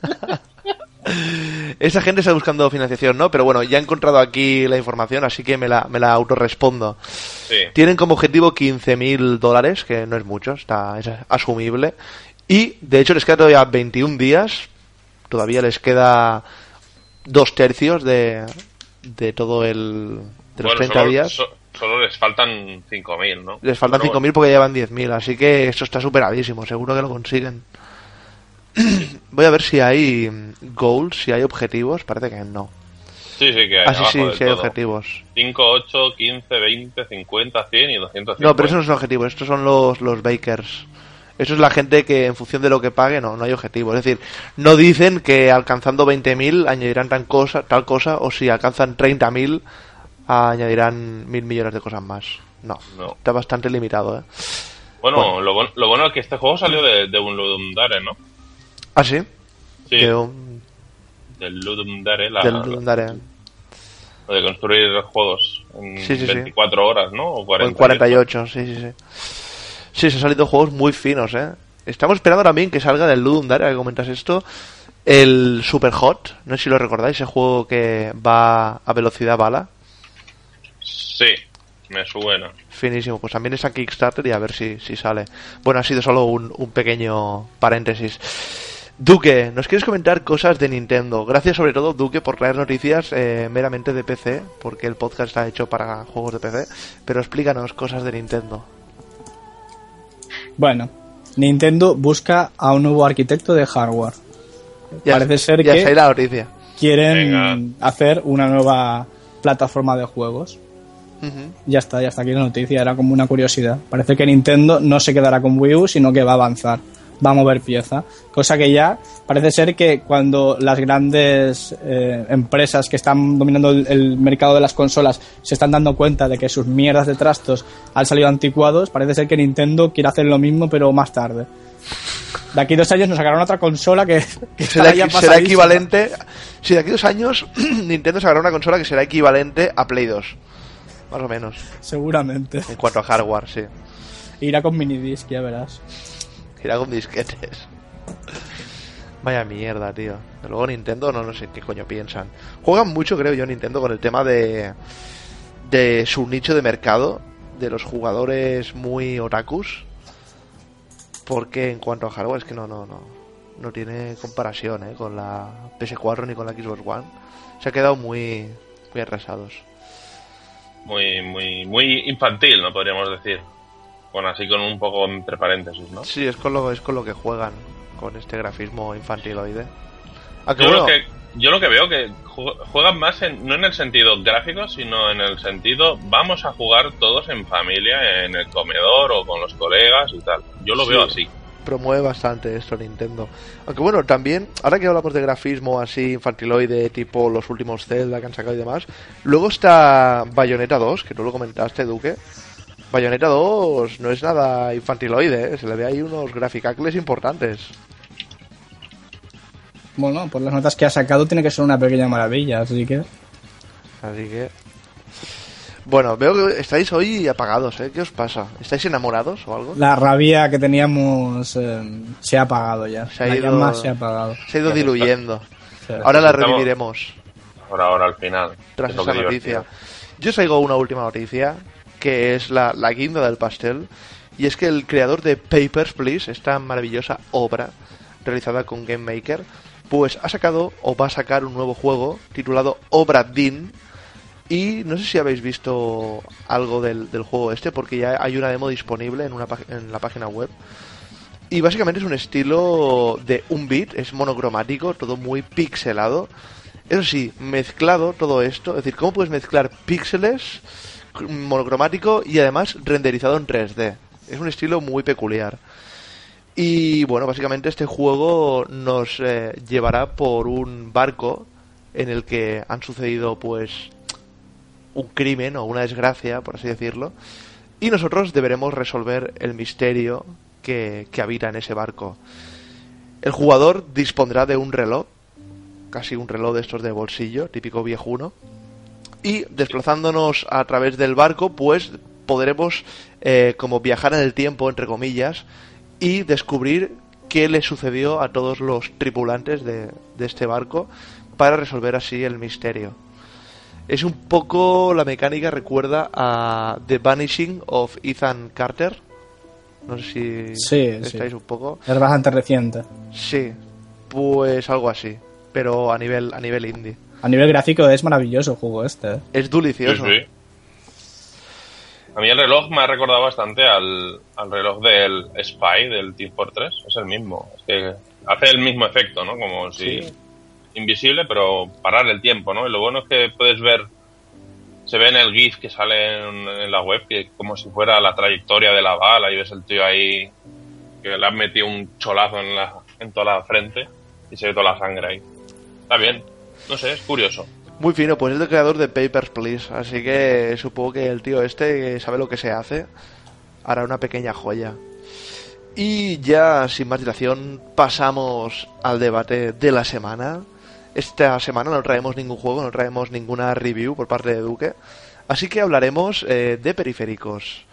Esa gente está buscando financiación, ¿no? Pero bueno, ya he encontrado aquí la información, así que me la autorrespondo. Sí. Tienen como objetivo $15,000, que no es mucho, es asumible. Y, de hecho, les queda todavía 21 días. Todavía les queda 2/3 de todo de los 30 días. Solo les faltan 5.000, ¿no? Les faltan 5.000 porque llevan 10.000, así que esto está superadísimo, seguro que lo consiguen. Voy a ver si hay goals, si hay objetivos, parece que no. Sí, que hay. Ah, sí, hay todo. objetivos. 5, 8, 15, 20, 50, 100 y 250. No, pero esos no son objetivos, estos son los bakers. Eso es la gente que en función de lo que pague no hay objetivo. Es decir, no dicen que alcanzando 20.000 añadirán tal cosa, o si alcanzan 30.000 añadirán 1.000 millones de cosas más. No, está bastante limitado, ¿eh? Bueno. Lo bueno es que este juego salió de un Ludum Dare, ¿no? ¿Ah, sí? Sí. Del Ludum Dare. Del Ludum Dare. Lo de construir juegos en 24 horas, ¿no? O 48. O en 48, sí. Sí, se han salido juegos muy finos, ¿eh? Estamos esperando también que salga del Ludum Dare, que comentas esto, el Super Hot, no sé si lo recordáis, ese juego que va a velocidad bala. Sí, me suena. Finísimo, pues también está Kickstarter y a ver si sale. Bueno, ha sido solo un pequeño paréntesis. Duque, ¿nos quieres comentar cosas de Nintendo? Gracias sobre todo, Duque, por traer noticias meramente de PC, porque el podcast está hecho para juegos de PC, pero explícanos cosas de Nintendo. Bueno, Nintendo busca a un nuevo arquitecto de hardware. Parece ser que ya la noticia. Quieren hacer una nueva plataforma de juegos. Uh-huh. Ya está aquí la noticia, era como una curiosidad. Parece que Nintendo no se quedará con Wii U, sino que va a avanzar, va a mover pieza. Cosa que ya parece ser que cuando las grandes empresas que están dominando el mercado de las consolas se están dando cuenta de que sus mierdas de trastos han salido anticuados, parece ser que Nintendo quiere hacer lo mismo pero más tarde. De aquí 2 años nos sacarán otra consola que será equivalente. Si de aquí 2 años Nintendo sacará una consola que será equivalente a Play 2, más o menos. Seguramente. En cuanto a hardware, sí. Irá con minidisc, ya verás. Irá con disquetes. Vaya mierda, tío. De luego Nintendo no sé qué coño piensan. Juegan mucho, creo yo, Nintendo con el tema de su nicho de mercado, de los jugadores muy otakus. Porque en cuanto a hardware es que no tiene comparación con la PS4 ni con la Xbox One. Se ha quedado muy atrasados. Muy infantil, ¿no? Podríamos decir. Con un poco entre paréntesis, ¿no? Sí, es con lo que juegan, con este grafismo infantiloide. Yo lo que veo que juegan más no en el sentido gráfico, sino en el sentido vamos a jugar todos en familia, en el comedor o con los colegas y tal. Yo lo veo así. Promueve bastante esto Nintendo. Aunque bueno, también, ahora que hablamos de grafismo así infantiloide, tipo los últimos Zelda que han sacado y demás, luego está Bayonetta 2, que tú lo comentaste, Duque. Bayonetta 2 no es nada infantiloide, ¿eh? Se le ve ahí unos graficacles importantes. Bueno, por las notas que ha sacado tiene que ser una pequeña maravilla, así que... Bueno, veo que estáis hoy apagados, ¿eh? ¿Qué os pasa? ¿Estáis enamorados o algo? La rabia que teníamos se ha apagado ya. Se ha ido diluyendo. Ahora la reviviremos. Ahora al final. Tras esa noticia. Yo os traigo una última noticia, que es la guinda del pastel, y es que el creador de Papers, Please, esta maravillosa obra realizada con Game Maker, pues ha sacado o va a sacar un nuevo juego titulado Obra Dinn, y no sé si habéis visto algo del juego este, porque ya hay una demo disponible en la página web, y básicamente es un estilo de un bit, es monocromático, todo muy pixelado, eso sí, mezclado todo esto, es decir, ¿cómo puedes mezclar píxeles monocromático y además renderizado en 3D? Es un estilo muy peculiar. Y bueno, básicamente este juego nos llevará por un barco en el que han sucedido pues un crimen o una desgracia, por así decirlo, y nosotros deberemos resolver el misterio que habita en ese barco. El jugador dispondrá de un reloj, casi un reloj de estos de bolsillo, típico viejuno, y desplazándonos a través del barco pues podremos como viajar en el tiempo, entre comillas, y descubrir qué le sucedió a todos los tripulantes de este barco para resolver así el misterio. Es un poco, la mecánica recuerda a The Vanishing of Ethan Carter. No sé si estáis un poco. Es bastante reciente. Sí, pues algo así, pero a nivel indie. A nivel gráfico es maravilloso el juego este. Es delicioso. Sí. A mí el reloj me ha recordado bastante al reloj del Spy, del Team Fortress. Es el mismo. Es que hace el mismo efecto, ¿no? Como si invisible, pero parar el tiempo, ¿no? Y lo bueno es que puedes ver, se ve en el GIF que sale en la web, que como si fuera la trayectoria de la bala, y ves el tío ahí que le han metido un cholazo en toda la frente y se ve toda la sangre ahí. Está bien. No sé, es curioso. Muy fino, pues es el creador de Papers, Please, así que supongo que el tío que sabe lo que se hace, hará una pequeña joya. Y ya, sin más dilación, pasamos al debate de la semana. Esta semana no traemos ningún juego, no traemos ninguna review por parte de Duque, así que hablaremos de periféricos.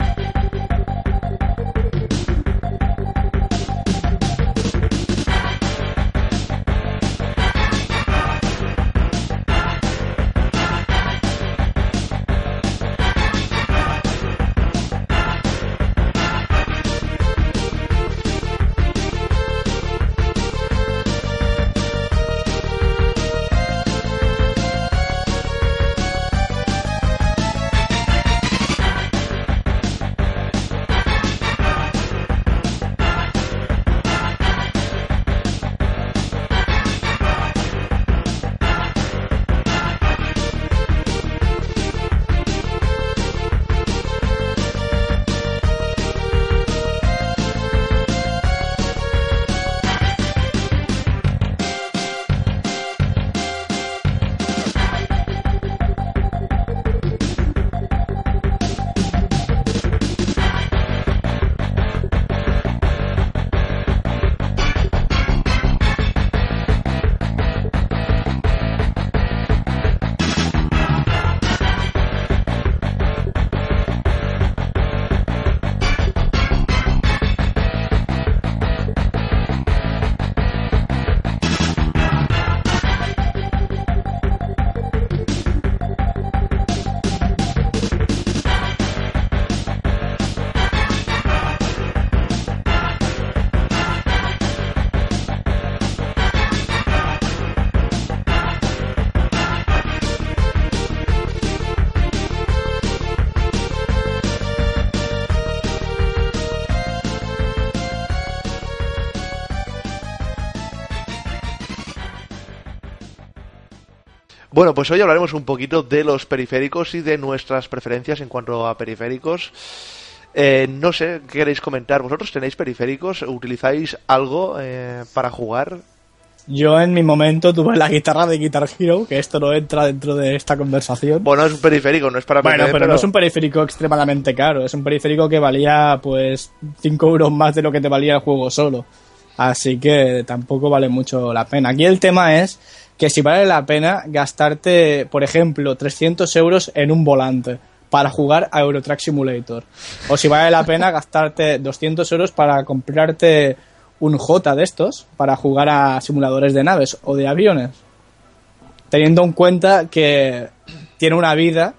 Bueno, pues hoy hablaremos un poquito de los periféricos y de nuestras preferencias en cuanto a periféricos. No sé, ¿qué queréis comentar? ¿Vosotros tenéis periféricos? ¿Utilizáis algo para jugar? Yo en mi momento tuve la guitarra de Guitar Hero, que esto no entra dentro de esta conversación. Bueno, es un periférico, no es para... Bueno, pero no es un periférico extremadamente caro, es un periférico que valía pues 5 euros más de lo que te valía el juego solo. Así que tampoco vale mucho la pena. Aquí el tema es que si vale la pena gastarte, por ejemplo, 300 euros en un volante para jugar a Euro Truck Simulator. O si vale la pena gastarte 200 euros para comprarte un J de estos para jugar a simuladores de naves o de aviones. Teniendo en cuenta que tiene una vida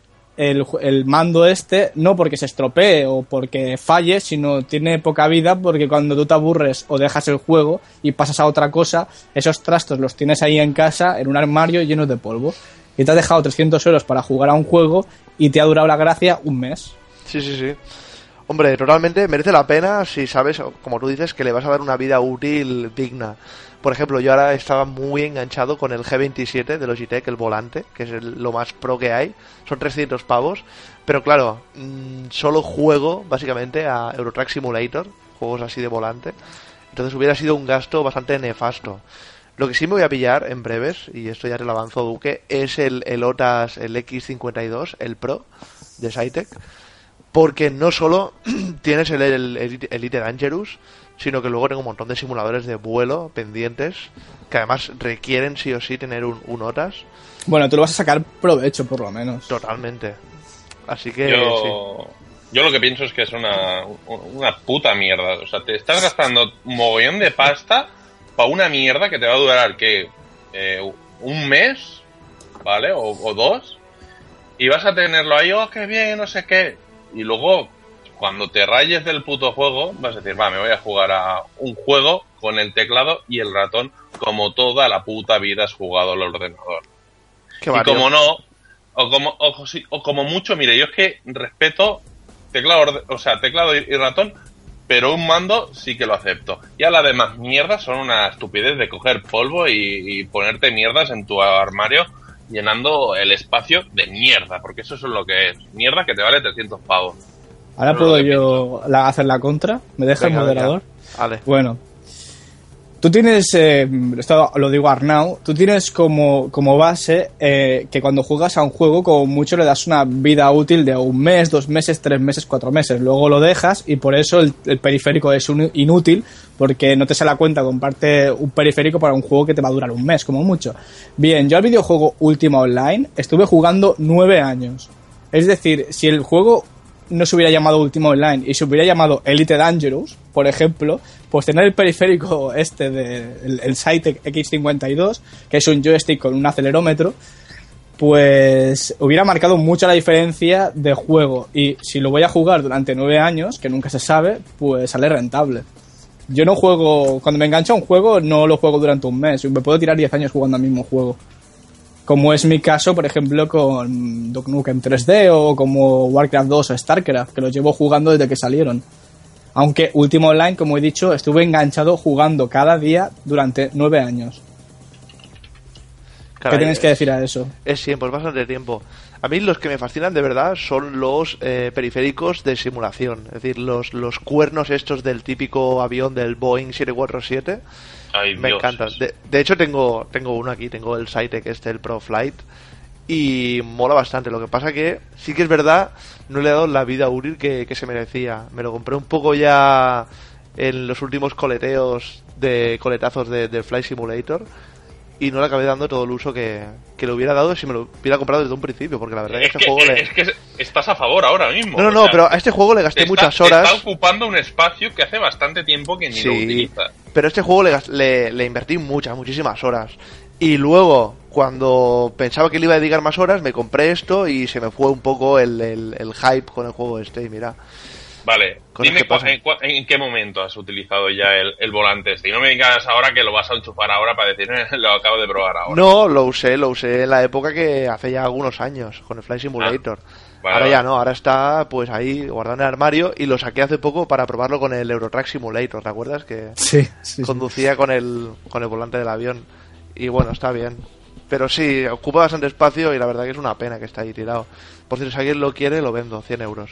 el mando no porque se estropee o porque falle, sino tiene poca vida porque cuando tú te aburres o dejas el juego y pasas a otra cosa, esos trastos los tienes ahí en casa en un armario lleno de polvo. Y te has dejado 300 euros para jugar a un juego y te ha durado la gracia un mes. Sí, sí, sí. Hombre, totalmente merece la pena si sabes, como tú dices, que le vas a dar una vida útil digna. Por ejemplo, yo ahora estaba muy enganchado con el G27 de Logitech, el volante, que es lo más pro que hay. Son 300 pavos. Pero claro, solo juego básicamente a Euro Truck Simulator, juegos así de volante. Entonces hubiera sido un gasto bastante nefasto. Lo que sí me voy a pillar en breves, y esto ya te lo avanzó Duque, es el OTAS, el X52, el Pro de Cytec. Porque no solo tienes el Elite Dangerous, sino que luego tengo un montón de simuladores de vuelo pendientes, que además requieren sí o sí tener un OTAS. Bueno, tú lo vas a sacar provecho por lo menos. Totalmente. Así que yo lo que pienso es que es una puta mierda. O sea, te estás gastando un mogollón de pasta para una mierda que te va a durar, ¿qué? Un mes, ¿vale? O dos. Y vas a tenerlo ahí, oh, qué bien, no sé qué. Y luego, cuando te rayes del puto juego, vas a decir, me voy a jugar a un juego con el teclado y el ratón como toda la puta vida has jugado al ordenador. Y como no, O como mucho, mire, yo es que respeto teclado y ratón, pero un mando sí que lo acepto. Ya las demás mierdas son una estupidez de coger polvo y ponerte mierdas en tu armario llenando el espacio de mierda, porque eso es lo que es. Mierda que te vale 300 pavos. Ahora puedo yo hacer la contra. ¿Me deja el moderador? Vale. Bueno. Tú tienes, esto lo digo a Arnau, tú tienes como base que cuando juegas a un juego como mucho le das una vida útil de 1 mes, 2 meses, 3 meses, 4 meses. Luego lo dejas y por eso el periférico es inútil, porque no te sale a cuenta comprarte un periférico para un juego que te va a durar 1 mes, como mucho. Bien, yo al videojuego Ultima Online estuve jugando 9 años. Es decir, si el juego no se hubiera llamado Ultima Online y se hubiera llamado Elite Dangerous, por ejemplo, pues tener el periférico el Cytec X52, que es un joystick con un acelerómetro, pues hubiera marcado mucho la diferencia de juego. Y si lo voy a jugar durante 9 años, que nunca se sabe, pues sale rentable. Yo no juego, cuando me engancho a un juego, no lo juego durante 1 mes. Me puedo tirar 10 años jugando al mismo juego. Como es mi caso, por ejemplo, con Duke Nukem 3D o como Warcraft 2 o StarCraft, que los llevo jugando desde que salieron. Aunque Ultima Online, como he dicho, estuve enganchado jugando cada día durante 9 años. Caray, ¿qué tienes que decir a eso? Es tiempo, es bastante tiempo. A mí los que me fascinan de verdad son los periféricos de simulación. Es decir, los cuernos estos del típico avión del Boeing 747. Ay, me encantan. De hecho tengo uno aquí, tengo el Cytec el Pro Flight, y mola bastante. Lo que pasa que sí que es verdad, no le he dado la vida útil que se merecía. Me lo compré un poco ya en los últimos coletazos del Flight Simulator, y no le acabé dando todo el uso que le hubiera dado si me lo hubiera comprado desde un principio, porque la verdad es que este juego es que estás a favor ahora mismo. No, pero a este juego le gasté muchas horas. Está ocupando un espacio que hace bastante tiempo que ni lo utiliza. Pero a este juego le invertí muchísimas horas. Y luego, cuando pensaba que le iba a dedicar más horas, me compré esto y se me fue un poco el hype con el juego este. Y mira. Vale, dime en qué momento has utilizado ya el volante este. Y no me digas ahora que lo vas a enchufar ahora para decir, lo acabo de probar ahora. No, lo usé en la época que hace ya algunos años, con el Flight Simulator. Vale, ahora ya no, ahora está pues ahí guardado en el armario, y lo saqué hace poco para probarlo con el Eurotrack Simulator, ¿te acuerdas? Que sí, conducía con el volante del avión. Y bueno, está bien. Pero sí, ocupa bastante espacio y la verdad que es una pena que está ahí tirado. Por cierto, si alguien lo quiere, lo vendo, 100 euros.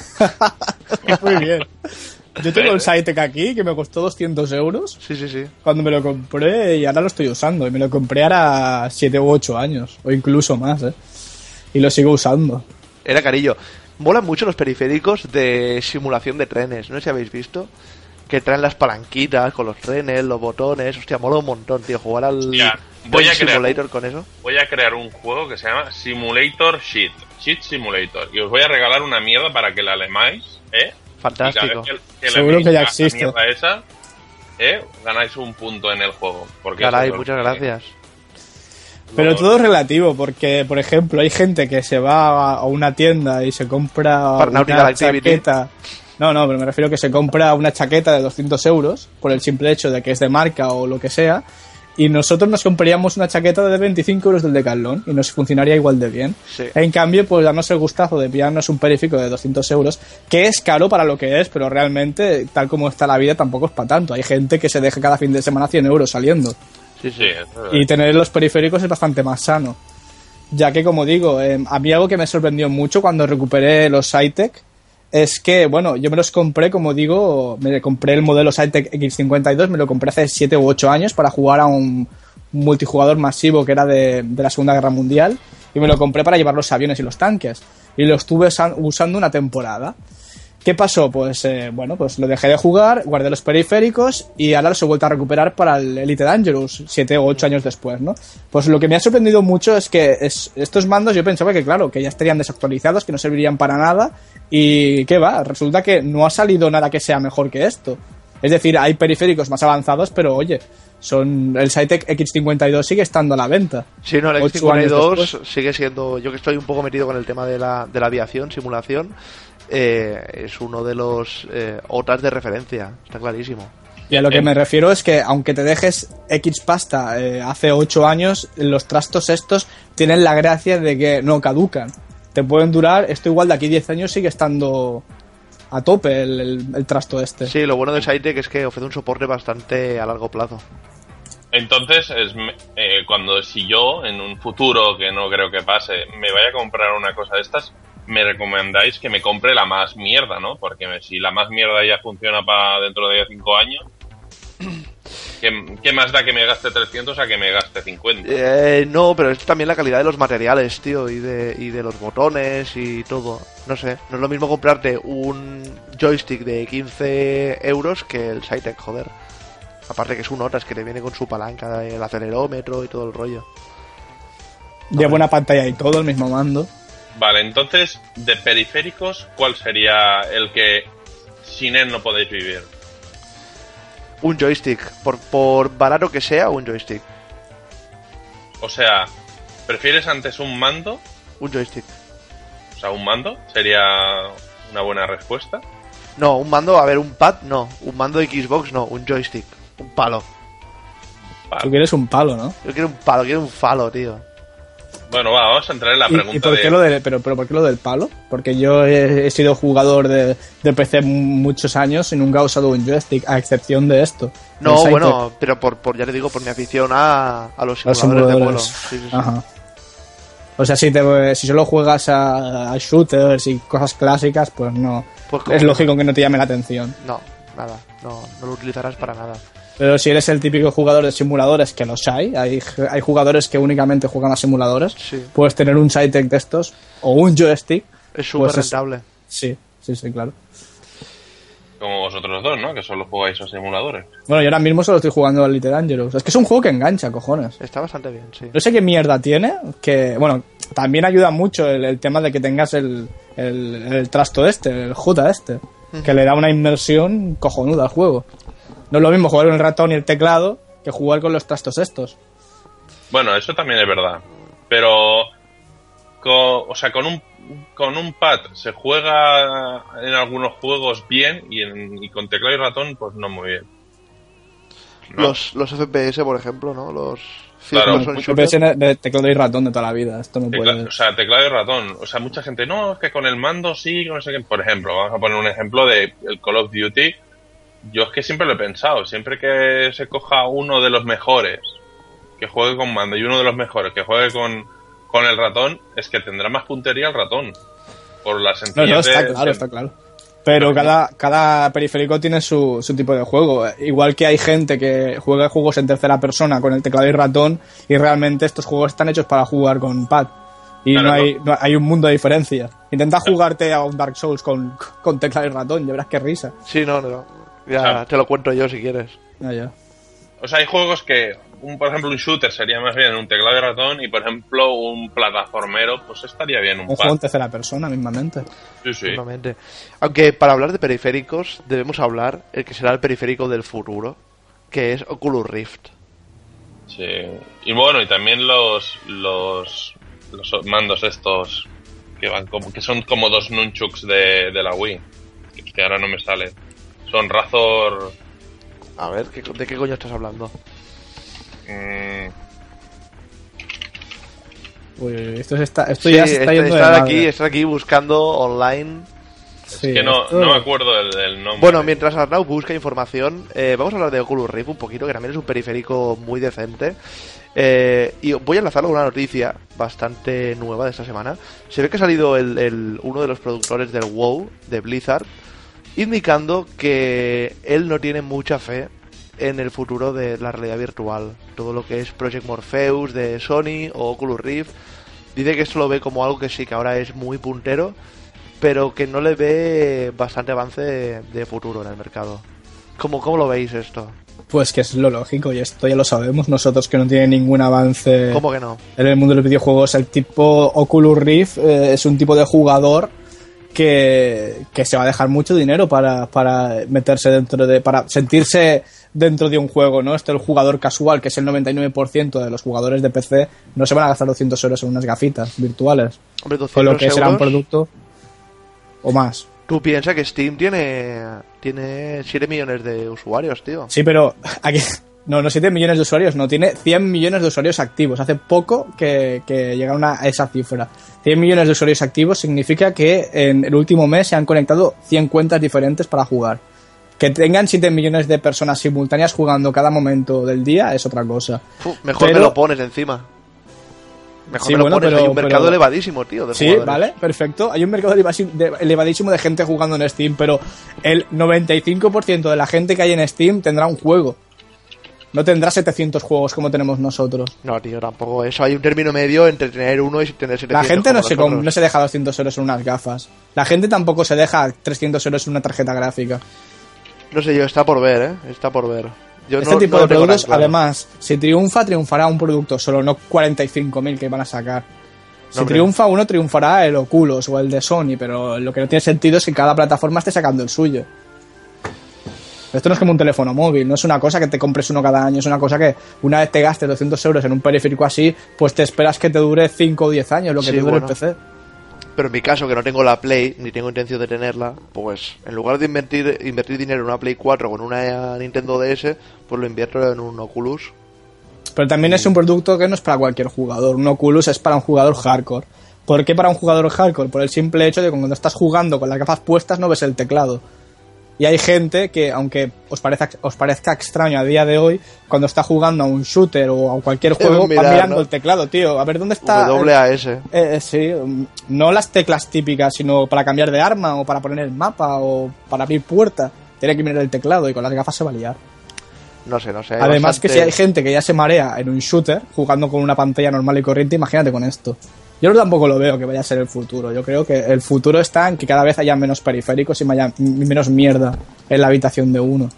Muy bien. Yo tengo el Cytec aquí, que me costó 200 euros. Sí. Cuando me lo compré, y ahora lo estoy usando. Y me lo compré ahora 7 u 8 años, o incluso más, y lo sigo usando. Era carillo. Molan mucho los periféricos de simulación de trenes, no sé si habéis visto. Que traen las palanquitas con los trenes, los botones. Hostia, mola un montón, tío, jugar al Simulator con eso. Voy a crear un juego que se llama Simulator Cheat Simulator. Y os voy a regalar una mierda para que la lemáis, Fantástico. Que seguro que ya existe. La mierda esa, ganáis un punto en el juego. Caray, muchas gracias. Pero todo es relativo, porque, por ejemplo, hay gente que se va a una tienda y se compra una chaqueta. No, pero me refiero a que se compra una chaqueta de 200 euros por el simple hecho de que es de marca o lo que sea, y nosotros nos compraríamos una chaqueta de 25 euros del Decathlon y nos funcionaría igual de bien. Sí. En cambio, pues darnos el gustazo de pillarnos un periférico de 200 euros, que es caro para lo que es, pero realmente, tal como está la vida, tampoco es para tanto. Hay gente que se deja cada fin de semana 100 euros saliendo. Sí. Y tener los periféricos es bastante más sano. Ya que, como digo, a mí algo que me sorprendió mucho cuando recuperé los Cytec es que, bueno, yo me los compré, como digo, me compré el modelo Cytec X52, me lo compré hace 7 u 8 años para jugar a un multijugador masivo que era de la Segunda Guerra Mundial, y me lo compré para llevar los aviones y los tanques, y lo estuve usando una temporada. ¿Qué pasó? Pues pues lo dejé de jugar, guardé los periféricos y ahora los he vuelto a recuperar para el Elite Dangerous 7 o 8 años después, ¿no? Pues lo que me ha sorprendido mucho es que estos mandos yo pensaba que, claro, que ya estarían desactualizados, que no servirían para nada, y ¿qué va? Resulta que no ha salido nada que sea mejor que esto. Es decir, hay periféricos más avanzados, pero oye, el Cytec X52 sigue estando a la venta. Sí, no, el X52 sigue siendo, yo que estoy un poco metido con el tema de la aviación, simulación, es uno de los OTAs de referencia, está clarísimo. Y a lo que me refiero es que aunque te dejes X pasta hace 8 años, los trastos estos tienen la gracia de que no caducan. Te pueden durar, esto igual de aquí 10 años sigue estando a tope el trasto este. Sí, lo bueno de Cytec es que ofrece un soporte bastante a largo plazo. Entonces, si yo, en un futuro que no creo que pase, me vaya a comprar una cosa de estas, me recomendáis que me compre la más mierda, ¿no? Porque si la más mierda ya funciona para dentro de 5 años, ¿qué más da que me gaste 300 a que me gaste 50? No, pero es también la calidad de los materiales, tío, y de los botones y todo. No sé, no es lo mismo comprarte un joystick de 15 euros que el Cytec, joder. Aparte que es un Otas que te viene con su palanca, el acelerómetro y todo el rollo. Lleva una pantalla y todo, el mismo mando. Vale, entonces, de periféricos, ¿cuál sería el que sin él no podéis vivir? Un joystick, por barato que sea, un joystick. O sea, ¿prefieres antes un mando? Un joystick. O sea, ¿un mando sería una buena respuesta? No, un mando, a ver, un pad no. Un mando de Xbox no, un joystick. Un palo. Tú quieres un palo, ¿no? Yo quiero un palo, quiero un falo, tío. Bueno, vamos a entrar en la pregunta. ¿Y por qué pero ¿por qué lo del palo? Porque yo he sido jugador de PC muchos años y nunca he usado un joystick, a excepción de esto. No, bueno, pero ya te digo, por mi afición a los simuladores de vuelo. Sí. Ajá. O sea, si solo juegas a shooters y cosas clásicas, pues no. Pues es lógico que no te llame la atención. No, nada. No lo utilizarás para nada. Pero si eres el típico jugador de simuladores, que los hay jugadores que únicamente juegan a simuladores, sí. Puedes tener un Cytec de estos o un joystick. Es súper rentable. Sí, claro. Como vosotros dos, ¿no? Que solo jugáis a simuladores. Bueno, yo ahora mismo solo estoy jugando al Little Dangerous. Es que es un juego que engancha, cojones. Está bastante bien, sí. No sé qué mierda tiene, que, bueno, también ayuda mucho el tema de que tengas el trasto el J que le da una inmersión cojonuda al juego. No es lo mismo jugar con el ratón y el teclado que jugar con los trastos estos. Bueno, eso también es verdad. Pero, con un pad se juega en algunos juegos bien y con teclado y ratón, pues no muy bien. ¿No? Los FPS, por ejemplo, ¿no? Los FPS de teclado y ratón de toda la vida. Esto no puede... O sea, teclado y ratón. O sea, mucha gente, no, es que con el mando sí, no sé qué. Por ejemplo, vamos a poner un ejemplo de el Call of Duty. Yo es que siempre lo he pensado. Siempre que se coja uno de los mejores que juegue con mando y uno de los mejores que juegue con el ratón, es que tendrá más puntería el ratón. Por la sencillez. No, está claro. Pero cada periférico tiene su tipo de juego. Igual que hay gente que juega juegos en tercera persona con el teclado y ratón, y realmente estos juegos están hechos para jugar con pad. Y claro, no hay un mundo de diferencia. Intenta jugarte a un Dark Souls con teclado y ratón, ya verás qué risa. Sí, no. Ya te lo cuento yo si quieres. Ya. O sea, hay juegos que, por ejemplo, un shooter sería más bien un teclado y ratón, y por ejemplo, un plataformero, pues estaría bien un juego en tercera persona, mismamente. Sí. Mismamente. Aunque para hablar de periféricos, debemos hablar el que será el periférico del futuro, que es Oculus Rift. Sí. Y bueno, y también los mandos estos que son como dos nunchuks de la Wii, que ahora no me sale. Son Razor... A ver, ¿de qué coño estás hablando? Uy, esto ya se está yendo de madre. Estar aquí buscando online. Sí, es que no me acuerdo del nombre. Bueno, mientras Arnau busca información, vamos a hablar de Oculus Rift un poquito, que también es un periférico muy decente. Y voy a enlazarlo con una noticia bastante nueva de esta semana. Se ve que ha salido uno de los productores del WoW, de Blizzard, indicando que él no tiene mucha fe en el futuro de la realidad virtual. Todo lo que es Project Morpheus de Sony o Oculus Rift, dice que esto lo ve como algo que sí, que ahora es muy puntero, pero que no le ve bastante avance de futuro en el mercado. ¿Cómo lo veis esto? Pues que es lo lógico, y esto ya lo sabemos nosotros, que no tiene ningún avance. ¿Cómo que no? En el mundo de los videojuegos. El tipo Oculus Rift es un tipo de jugador que se va a dejar mucho dinero para meterse para sentirse dentro de un juego, ¿no? El jugador casual, que es el 99% de los jugadores de PC, no se van a gastar 200 euros en unas gafitas virtuales. Hombre, 200 con lo que será un euros, producto o más. Tú piensas que Steam tiene 7 millones de usuarios, tío. Sí, pero aquí... No 7 millones de usuarios, no, tiene 100 millones de usuarios activos. Hace poco que llegaron a esa cifra. 100 millones de usuarios activos significa que en el último mes se han conectado 100 cuentas diferentes para jugar. Que tengan 7 millones de personas simultáneas jugando cada momento del día es otra cosa. Mejor me lo pones encima. Mejor me lo pones, hay un mercado elevadísimo, tío, de jugadores. Vale, perfecto. Hay un mercado elevadísimo de gente jugando en Steam, pero el 95% de la gente que hay en Steam tendrá un juego. No tendrá 700 juegos como tenemos nosotros. No, tío, tampoco eso. Hay un término medio entre tener uno y tener 700. La gente no se deja 200 euros en unas gafas. La gente tampoco se deja 300 euros en una tarjeta gráfica. No sé yo, está por ver, ¿eh? Está por ver. Este tipo de productos, claro. Además, si triunfará un producto solo, no 45.000 que van a sacar. Si triunfa uno, triunfará el Oculus o el de Sony, pero lo que no tiene sentido es que cada plataforma esté sacando el suyo. Esto no es como un teléfono móvil, no es una cosa que te compres uno cada año, es una cosa que una vez te gastes 200 euros en un periférico así, pues te esperas que te dure 5 o 10 años, lo que te dure el PC. Pero en mi caso, que no tengo la Play, ni tengo intención de tenerla, pues en lugar de invertir dinero en una Play 4 con una Nintendo DS, pues lo invierto en un Oculus. Pero también es un producto que no es para cualquier jugador, un Oculus es para un jugador hardcore. ¿Por qué para un jugador hardcore? Por el simple hecho de que cuando estás jugando con las gafas puestas no ves el teclado. Y hay gente que, aunque os parezca extraño a día de hoy, cuando está jugando a un shooter o a cualquier juego, va mirando el teclado, tío. A ver dónde está... WAS. Sí, no las teclas típicas, sino para cambiar de arma o para poner el mapa o para abrir puerta. Tiene que mirar el teclado y con las gafas se va a liar. No sé. Además bastante... que si hay gente que ya se marea en un shooter, jugando con una pantalla normal y corriente, imagínate con esto. Yo tampoco lo veo que vaya a ser el futuro. Yo creo que el futuro está en que cada vez haya menos periféricos y menos mierda en la habitación de uno.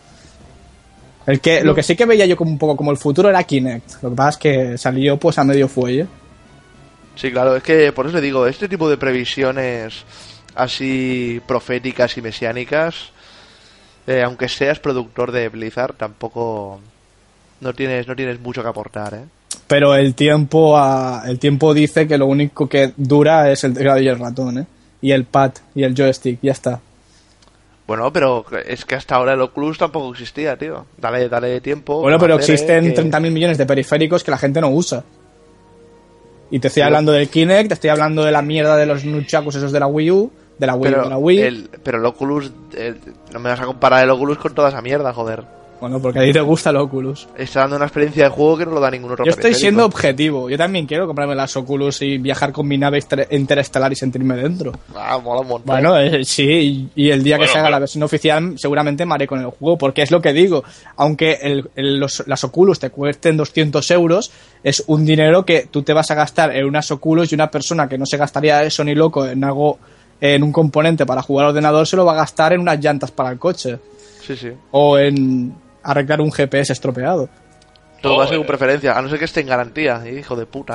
Lo que sí que veía yo como un poco como el futuro era Kinect. Lo que pasa es que salió pues a medio fuelle. Sí, claro, es que por eso le digo, este tipo de previsiones así proféticas y mesiánicas, aunque seas productor de Blizzard, tampoco no tienes mucho que aportar, ¿eh? Pero el tiempo dice que lo único que dura es el teclado y el ratón, ¿eh? Y el pad y el joystick, ya está. Bueno, pero es que hasta ahora el Oculus tampoco existía, tío. Dale tiempo. Bueno, pero existen 30.000 millones de periféricos que la gente no usa. Y te estoy hablando del Kinect, te estoy hablando de la mierda de los nunchakus esos de la Wii U, de la Wii. Pero el Oculus, no me vas a comparar el Oculus con toda esa mierda, joder. Bueno, porque a ti te gusta el Oculus. Está dando una experiencia de juego que no lo da ningún otro. Yo estoy siendo objetivo. Yo también quiero comprarme las Oculus y viajar con mi nave interestelar y sentirme dentro. Ah, mola un montón. Bueno, sí, y el día que se haga la versión oficial seguramente me haré con el juego, porque es lo que digo. Aunque las Oculus te cuesten 200 euros, es un dinero que tú te vas a gastar en unas Oculus y una persona que no se gastaría eso ni loco en un componente para jugar al ordenador se lo va a gastar en unas llantas para el coche. Sí. O en arreglar un GPS estropeado. Todo va a ser con preferencia, a no ser que esté en garantía, hijo de puta.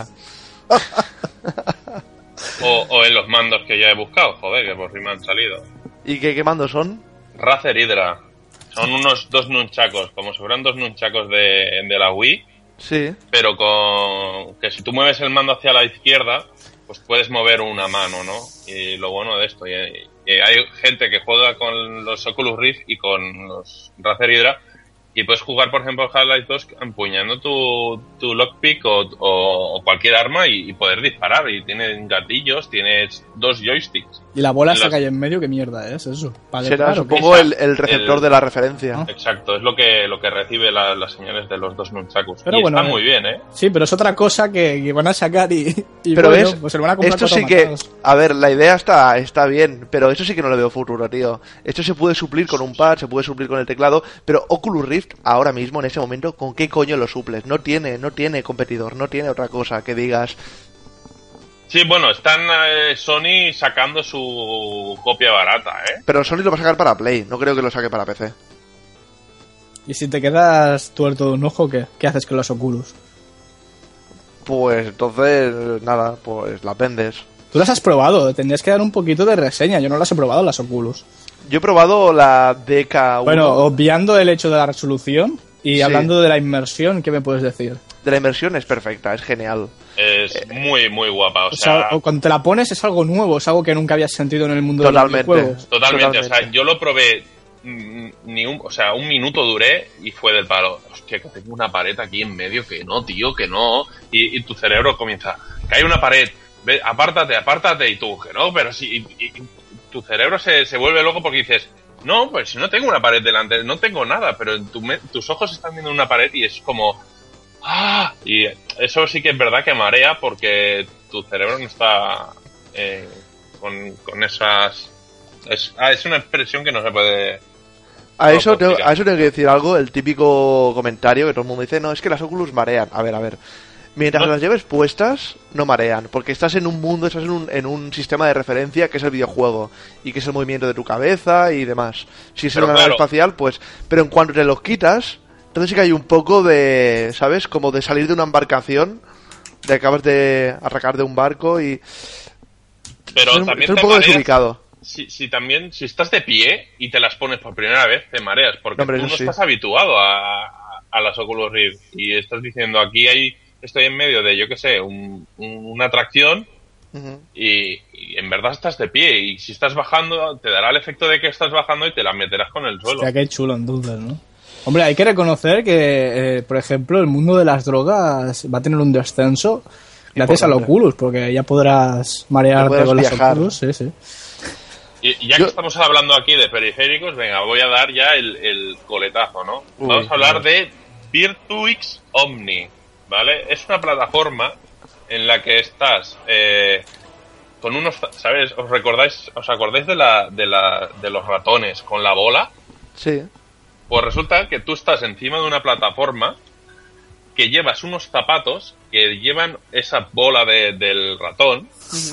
o en los mandos que ya he buscado, joder, que por fin me han salido. ¿Y qué mandos son? Razer Hydra. Son unos 2 nunchacos, como si fueran 2 nunchacos de la Wii. Sí. Pero con que si tú mueves el mando hacia la izquierda, pues puedes mover una mano, ¿no? Y lo bueno de esto, y hay gente que juega con los Oculus Rift y con los Razer Hydra, y puedes jugar, por ejemplo, Half-Life 2 empuñando tu lockpick o cualquier arma y poder disparar. Y tienes gatillos, tienes 2 joysticks. Y la bola esa que hay en medio, ¿qué mierda es eso? Será, supongo, el receptor de la referencia. Exacto, es lo que recibe las señales de los 2 nunchakus. Pero y bueno, está muy bien, ¿eh? Sí, pero es otra cosa que van a sacar y pero bueno, pues se lo van a comprar. Esto sí que... A ver, la idea está bien, pero eso sí que no le veo futuro, tío. Esto se puede suplir con un pad, se puede suplir con el teclado, pero Oculus Rift ahora mismo, en ese momento, ¿con qué coño lo suples? No tiene competidor, no tiene otra cosa que digas... Sí, bueno, están Sony sacando su copia barata, ¿eh? Pero Sony lo va a sacar para Play, no creo que lo saque para PC. ¿Y si te quedas tuerto de un ojo, qué haces con los Oculus? Pues entonces, nada, pues las vendes. Tú las has probado, tendrías que dar un poquito de reseña, yo no las he probado las Oculus. Yo he probado la DK1. Bueno, obviando el hecho de la resolución y hablando de la inmersión, ¿qué me puedes decir? De la inmersión es perfecta, es genial. es muy, muy guapa. O sea, cuando te la pones es algo nuevo, es algo que nunca habías sentido en el mundo de los videojuegos. Totalmente. O sea, yo lo probé, un minuto duré y fue del palo. Hostia, que tengo una pared aquí en medio, que no, tío, que no. Y tu cerebro comienza, que hay una pared, ve, apártate, y tú, que no, pero sí. Y tu cerebro se vuelve loco porque dices, no, pues si no tengo una pared delante, no tengo nada, pero tus ojos están viendo una pared y es como... ¡Ah! Y eso sí que es verdad que marea porque tu cerebro no está con esas... Es una expresión que no se puede... A eso tengo que decir algo, el típico comentario que todo el mundo dice, no, es que las Oculus marean. A ver. Mientras las lleves puestas, no marean, porque estás en un mundo, estás en un sistema de referencia que es el videojuego, y que es el movimiento de tu cabeza y demás. Si es una nave espacial, pues... Pero en cuanto te los quitas, entonces sí que hay un poco de, ¿sabes? Como de salir de una embarcación, de acabas de arrancar de un barco y... Pero también estás un poco desubicado. Si estás de pie y te las pones por primera vez, te mareas, porque tú no estás habituado a las Oculus Rift, y estás diciendo, aquí estoy en medio de, yo qué sé, una atracción, y en verdad estás de pie, y si estás bajando, te dará el efecto de que estás bajando y te la meterás con el suelo. Hostia, qué chulo entonces, ¿no? Hombre, hay que reconocer que, por ejemplo, el mundo de las drogas va a tener un descenso gracias al Oculus, porque ya podrás marearte con las Oculus, sí. Y ya que estamos hablando aquí de periféricos, venga, voy a dar ya el coletazo, ¿no? Vamos a hablar de Virtuix Omni, ¿vale? Es una plataforma en la que estás con unos, ¿sabes? ¿Os acordáis de los ratones con la bola? Sí. Pues resulta que tú estás encima de una plataforma que llevas unos zapatos que llevan esa bola del ratón.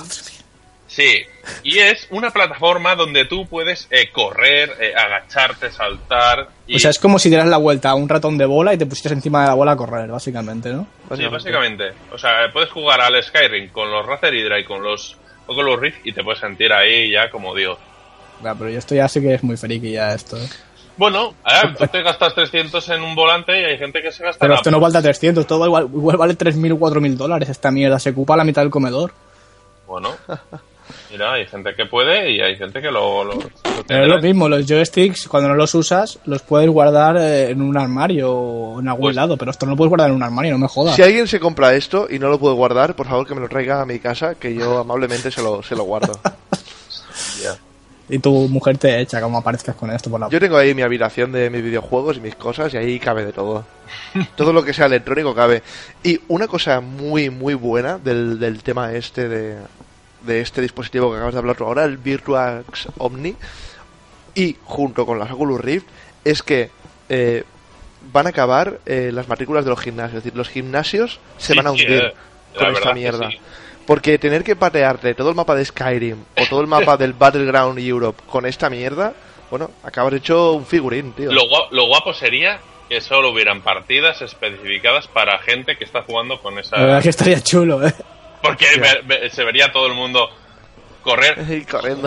Sí, y es una plataforma donde tú puedes correr, agacharte, saltar... O sea, es como si dieras la vuelta a un ratón de bola y te pusieras encima de la bola a correr, básicamente, ¿no? Sí, básicamente. O sea, puedes jugar al Skyrim con los Razer Hydra y con los Oculus Rift y te puedes sentir ahí ya como Dios. Ya, pero esto ya sí que es muy friki ya esto, ¿eh? Bueno, tú te gastas 300 en un volante y hay gente que se gasta... Pero esto no vale 300, todo igual vale 3.000 o 4.000 dólares esta mierda, se ocupa la mitad del comedor. Bueno... Mira, hay gente que puede y hay gente que lo Pero es lo mismo, los joysticks, cuando no los usas, los puedes guardar en un armario o en algún lado, pero esto no lo puedes guardar en un armario, no me jodas. Si alguien se compra esto y no lo puede guardar, por favor que me lo traiga a mi casa, que yo amablemente se lo guardo. Yeah. Y tu mujer te echa como aparezcas con esto por la... Yo tengo ahí mi habitación de mis videojuegos y mis cosas y ahí cabe de todo. Todo lo que sea electrónico cabe. Y una cosa muy, muy buena del tema este de este dispositivo que acabas de hablar tú ahora, el Virtuix Omni, y junto con las Oculus Rift, es que van a acabar las matrículas de los gimnasios. Es decir, los gimnasios se van a hundir con esta mierda. Sí. Porque tener que patearte todo el mapa de Skyrim o todo el mapa del Battleground Europe con esta mierda, bueno, acabas hecho un figurín, tío. Lo guapo sería que solo hubieran partidas especificadas para gente que está jugando con esa... La verdad que estaría chulo, ¿eh? Porque se vería todo el mundo corriendo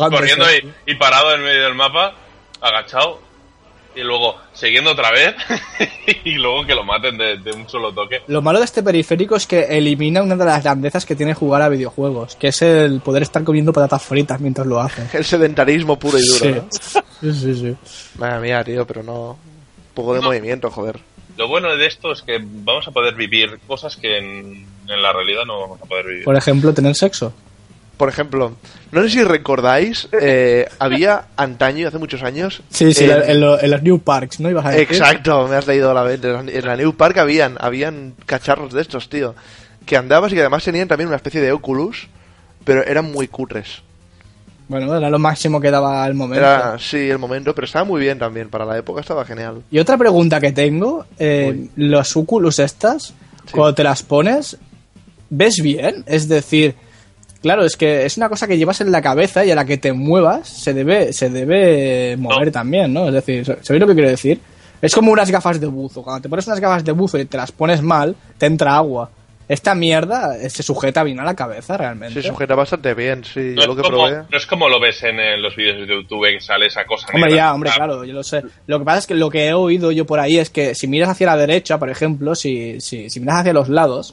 y parado en medio del mapa, agachado, y luego siguiendo otra vez y luego que lo maten de un solo toque. Lo malo de este periférico es que elimina una de las grandezas que tiene jugar a videojuegos, que es el poder estar comiendo patatas fritas mientras lo hace. El sedentarismo puro y duro, ¿no? Sí. Madre mía, tío, pero no... Un poco de movimiento, joder. Lo bueno de esto es que vamos a poder vivir cosas que en la realidad no vamos a poder vivir. Por ejemplo, tener sexo. Por ejemplo, no sé si recordáis, había antaño, hace muchos años... Sí, en los New Parks, ¿no ibas a decir? Exacto, me has leído la vez. En la New Park habían cacharros de estos, tío. Que andabas y que además tenían también una especie de Oculus, pero eran muy cutres. Bueno, era lo máximo que daba el momento. Sí, el momento, pero estaba muy bien también. Para la época estaba genial. Y otra pregunta que tengo, los Oculus estas, cuando te las pones, ¿ves bien? Es decir, claro, es que es una cosa que llevas en la cabeza y a la que te muevas se debe mover también, ¿no? Es decir, ¿sabéis lo que quiero decir? Es como unas gafas de buzo. Cuando te pones unas gafas de buzo y te las pones mal, te entra agua. Esta mierda se sujeta bien a la cabeza, realmente. Se sujeta bastante bien, sí. No, yo lo que probé... no es como lo ves en los vídeos de YouTube que sale esa cosa. Hombre, claro, yo lo sé. Lo que pasa es que lo que he oído yo por ahí es que si miras hacia la derecha, por ejemplo, si miras hacia los lados,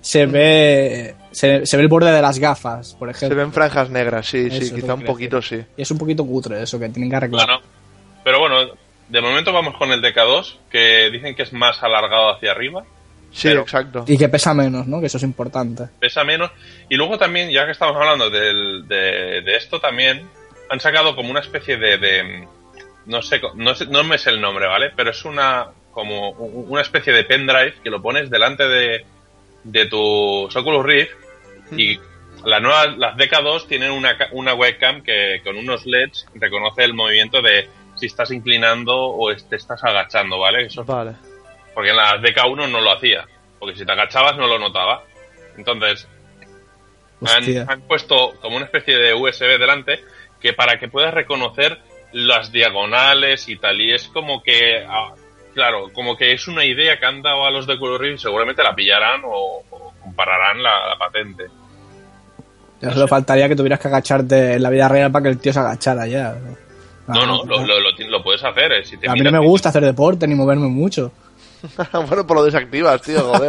se ve el borde de las gafas, por ejemplo. Se ven franjas negras, sí, Eso sí, es lo quizá que un quiero poquito decir. sí. Y es un poquito cutre eso, que tienen que arreglar. Bueno, pero bueno, de momento vamos con el DK2, que dicen que es más alargado hacia arriba. Sí, pero exacto. Y que pesa menos, ¿no? Que eso es importante. pesa menos. Y luego también, ya que estamos hablando de esto, también han sacado como una especie de no sé, no me sé el nombre, ¿vale? Pero es como una especie de pendrive que lo pones delante de tu Oculus Rift y las DK2 tienen una webcam que con unos LEDs reconoce el movimiento de si estás inclinando o te estás agachando, ¿vale? Eso, Vale. porque en las DK1 no lo hacía, porque si te agachabas no lo notaba. Entonces Hostia. han puesto como una especie de USB delante que para que puedas reconocer las diagonales y tal, y es como que claro, como que es una idea que han dado a los de Oculus Rift y seguramente la pillarán o compararán la patente. Ya solo faltaría que tuvieras que agacharte en la vida real para que el tío se agachara ya. No, lo puedes hacer. Si te A mí miras no me gusta hacer deporte ni moverme mucho. Bueno, pues lo desactivas, tío, joder.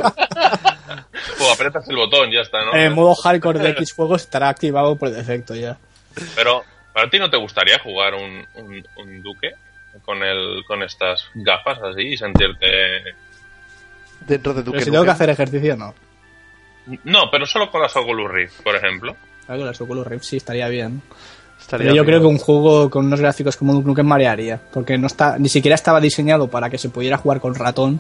o aprietas el botón, ya está, ¿no? En modo hardcore de X juegos estará activado por defecto ya. Pero, ¿para ti no te gustaría jugar un Duque con estas gafas así y sentirte... Dentro de tu Pero si tengo que hacer ejercicio, no. No, pero solo con las Oculus Rift, por ejemplo. Claro, con las Oculus Rift sí estaría bien. Estaría Pero yo bien. creo que un juego con unos gráficos como Duke Nukem marearía. Porque ni siquiera estaba diseñado para que se pudiera jugar con ratón.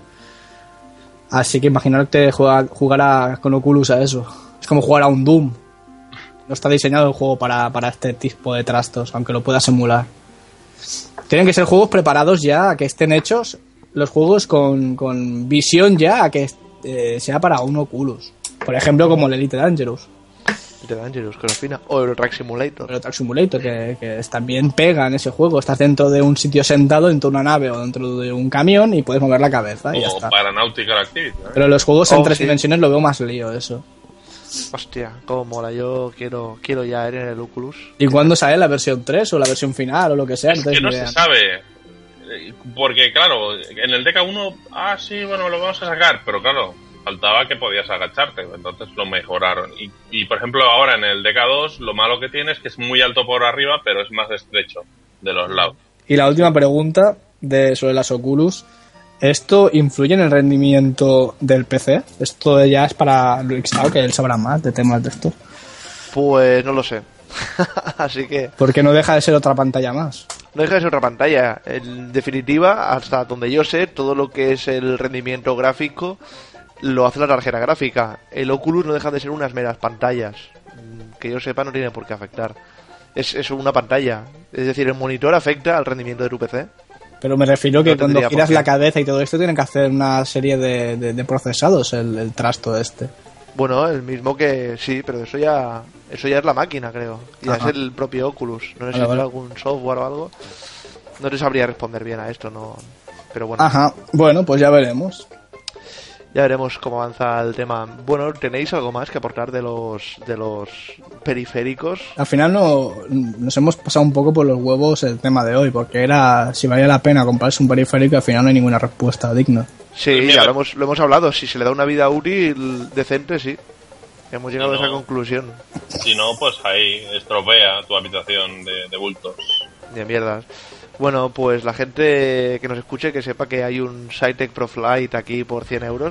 Así que imaginarte jugar con Oculus a eso. Es como jugar a un Doom. No está diseñado el juego para este tipo de trastos, aunque lo puedas emular. Tienen que ser juegos preparados ya, a que estén hechos. Los juegos con visión ya, a que sea para un Oculus. Por ejemplo, como el Elite Dangerous. Elite Dangerous, que fina. O el Track Simulator. El Truck Simulator, que también pega en ese juego. Estás dentro de un sitio sentado, dentro de una nave o dentro de un camión y puedes mover la cabeza y ya O está. para Nautical Activity, ¿eh? Pero los juegos en tres sí. dimensiones lo veo más lío, eso. Hostia, cómo mola. Yo quiero ya ir en el Oculus. ¿Y cuándo sale la versión 3 o la versión final o lo que sea? Es que no se sabe. Porque, claro, en el DK1, sí, bueno, lo vamos a sacar. Pero, claro, faltaba que podías agacharte. Entonces lo mejoraron. Y por ejemplo, ahora en el DK2, lo malo que tiene es que es muy alto por arriba, pero es más estrecho de los lados. Y la última pregunta sobre las Oculus. ¿Esto influye en el rendimiento del PC? Esto ya es para Luis, que él sabrá más de temas de esto. Pues no lo sé. Así que Porque no deja de ser otra pantalla más. no deja de ser otra pantalla. En definitiva, hasta donde yo sé, todo lo que es el rendimiento gráfico lo hace la tarjeta gráfica. El Oculus no deja de ser unas meras pantallas. Que yo sepa, no tiene por qué afectar. Es una pantalla. Es decir, el monitor afecta al rendimiento de tu PC. Pero me refiero que No cuando tendría por giras qué. la cabeza y todo esto tienen que hacer una serie de procesados, el trasto este. Bueno, el mismo que sí, pero eso ya es la máquina, creo. Ya Ajá. es el propio Oculus. No sé si Vale, vale. es algún software o algo. No te sabría responder bien a esto, no. Pero bueno, Ajá, bueno, pues ya veremos. ya veremos cómo avanza el tema. Bueno, ¿tenéis algo más que aportar de los periféricos? Al final nos hemos pasado un poco por los huevos el tema de hoy, porque era si valía la pena comprarse un periférico y al final no hay ninguna respuesta digna. Sí, Pues ya mira, lo hemos hablado. Si se le da una vida útil decente, sí. Hemos llegado a esa conclusión. Si no, pues ahí estropea tu habitación de bultos. De mierdas. Bueno, pues la gente que nos escuche que sepa que hay un Cytec ProFlight aquí por 100 euros.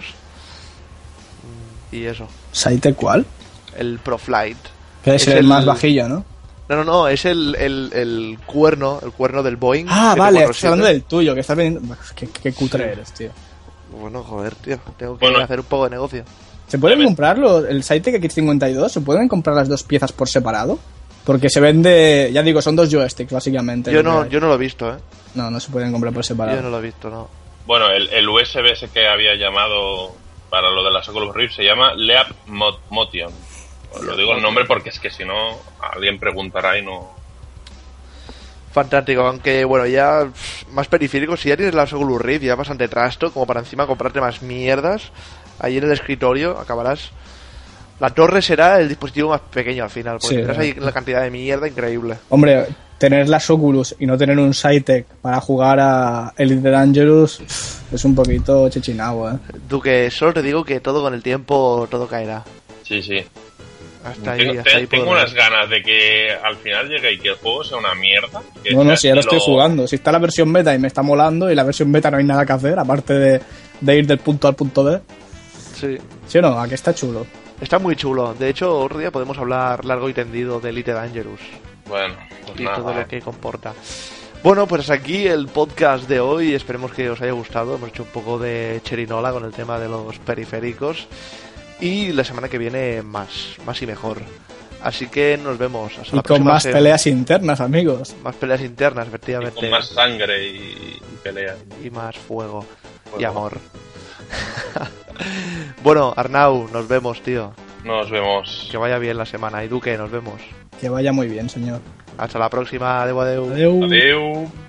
Y eso. ¿Saite cuál? El ProFlight. Que es el más bajillo, ¿no? No, es el cuerno del Boeing. Ah, vale, 747. estás hablando del tuyo, que estás vendiendo... Qué cutre eres, tío. Bueno, joder, tío. Tengo que Bueno. hacer un poco de negocio. ¿Se pueden Debe. comprarlo, el Cytec X52? ¿Se pueden comprar las dos piezas por separado? Porque se vende, ya digo, son dos joysticks básicamente. Yo lo no que hay. lo he visto, ¿eh? No se pueden comprar por separado. Yo no lo he visto, no. Bueno, el USB ese que había llamado para lo de las Oculus Rift se llama Leap Motion. Os lo digo el nombre porque es que si no, alguien preguntará y no... Fantástico, aunque bueno, ya más periféricos, si ya tienes las Oculus Rift, ya bastante trasto, como para encima comprarte más mierdas, ahí en el escritorio acabarás... La torre será el dispositivo más pequeño al final, porque Sí, tendrás ahí la cantidad de mierda increíble. Hombre, tener las Oculus y no tener un Cytec para jugar a Elite Dangerous es un poquito chichinabo, ¿eh? Duque, solo te digo que todo con el tiempo, todo caerá. Sí, sí. Hasta ahí Tengo unas ganas de que al final llegue y que el juego sea una mierda. No, si ya lo estoy jugando. Si está la versión beta y me está molando, y la versión beta no hay nada que hacer, aparte de ir del punto A al punto B. Sí. ¿Sí o no? Aquí está chulo. Está muy chulo. De hecho, otro día podemos hablar largo y tendido de Elite Dangerous. Bueno, pues y nada, todo lo que comporta. Bueno, pues aquí el podcast de hoy. Esperemos que os haya gustado. Hemos hecho un poco de cherinola con el tema de los periféricos. Y la semana que viene más y mejor. Así que nos vemos. Hasta la próxima. Y con más peleas internas, amigos. Más peleas internas, efectivamente. Y con más sangre y peleas. Y más fuego. Y amor. Bueno, Arnau, nos vemos, tío. Nos vemos. Que vaya bien la semana. Y Duque, nos vemos. Que vaya muy bien, señor. Hasta la próxima. Adeu, adeu. Adeu. Adeu.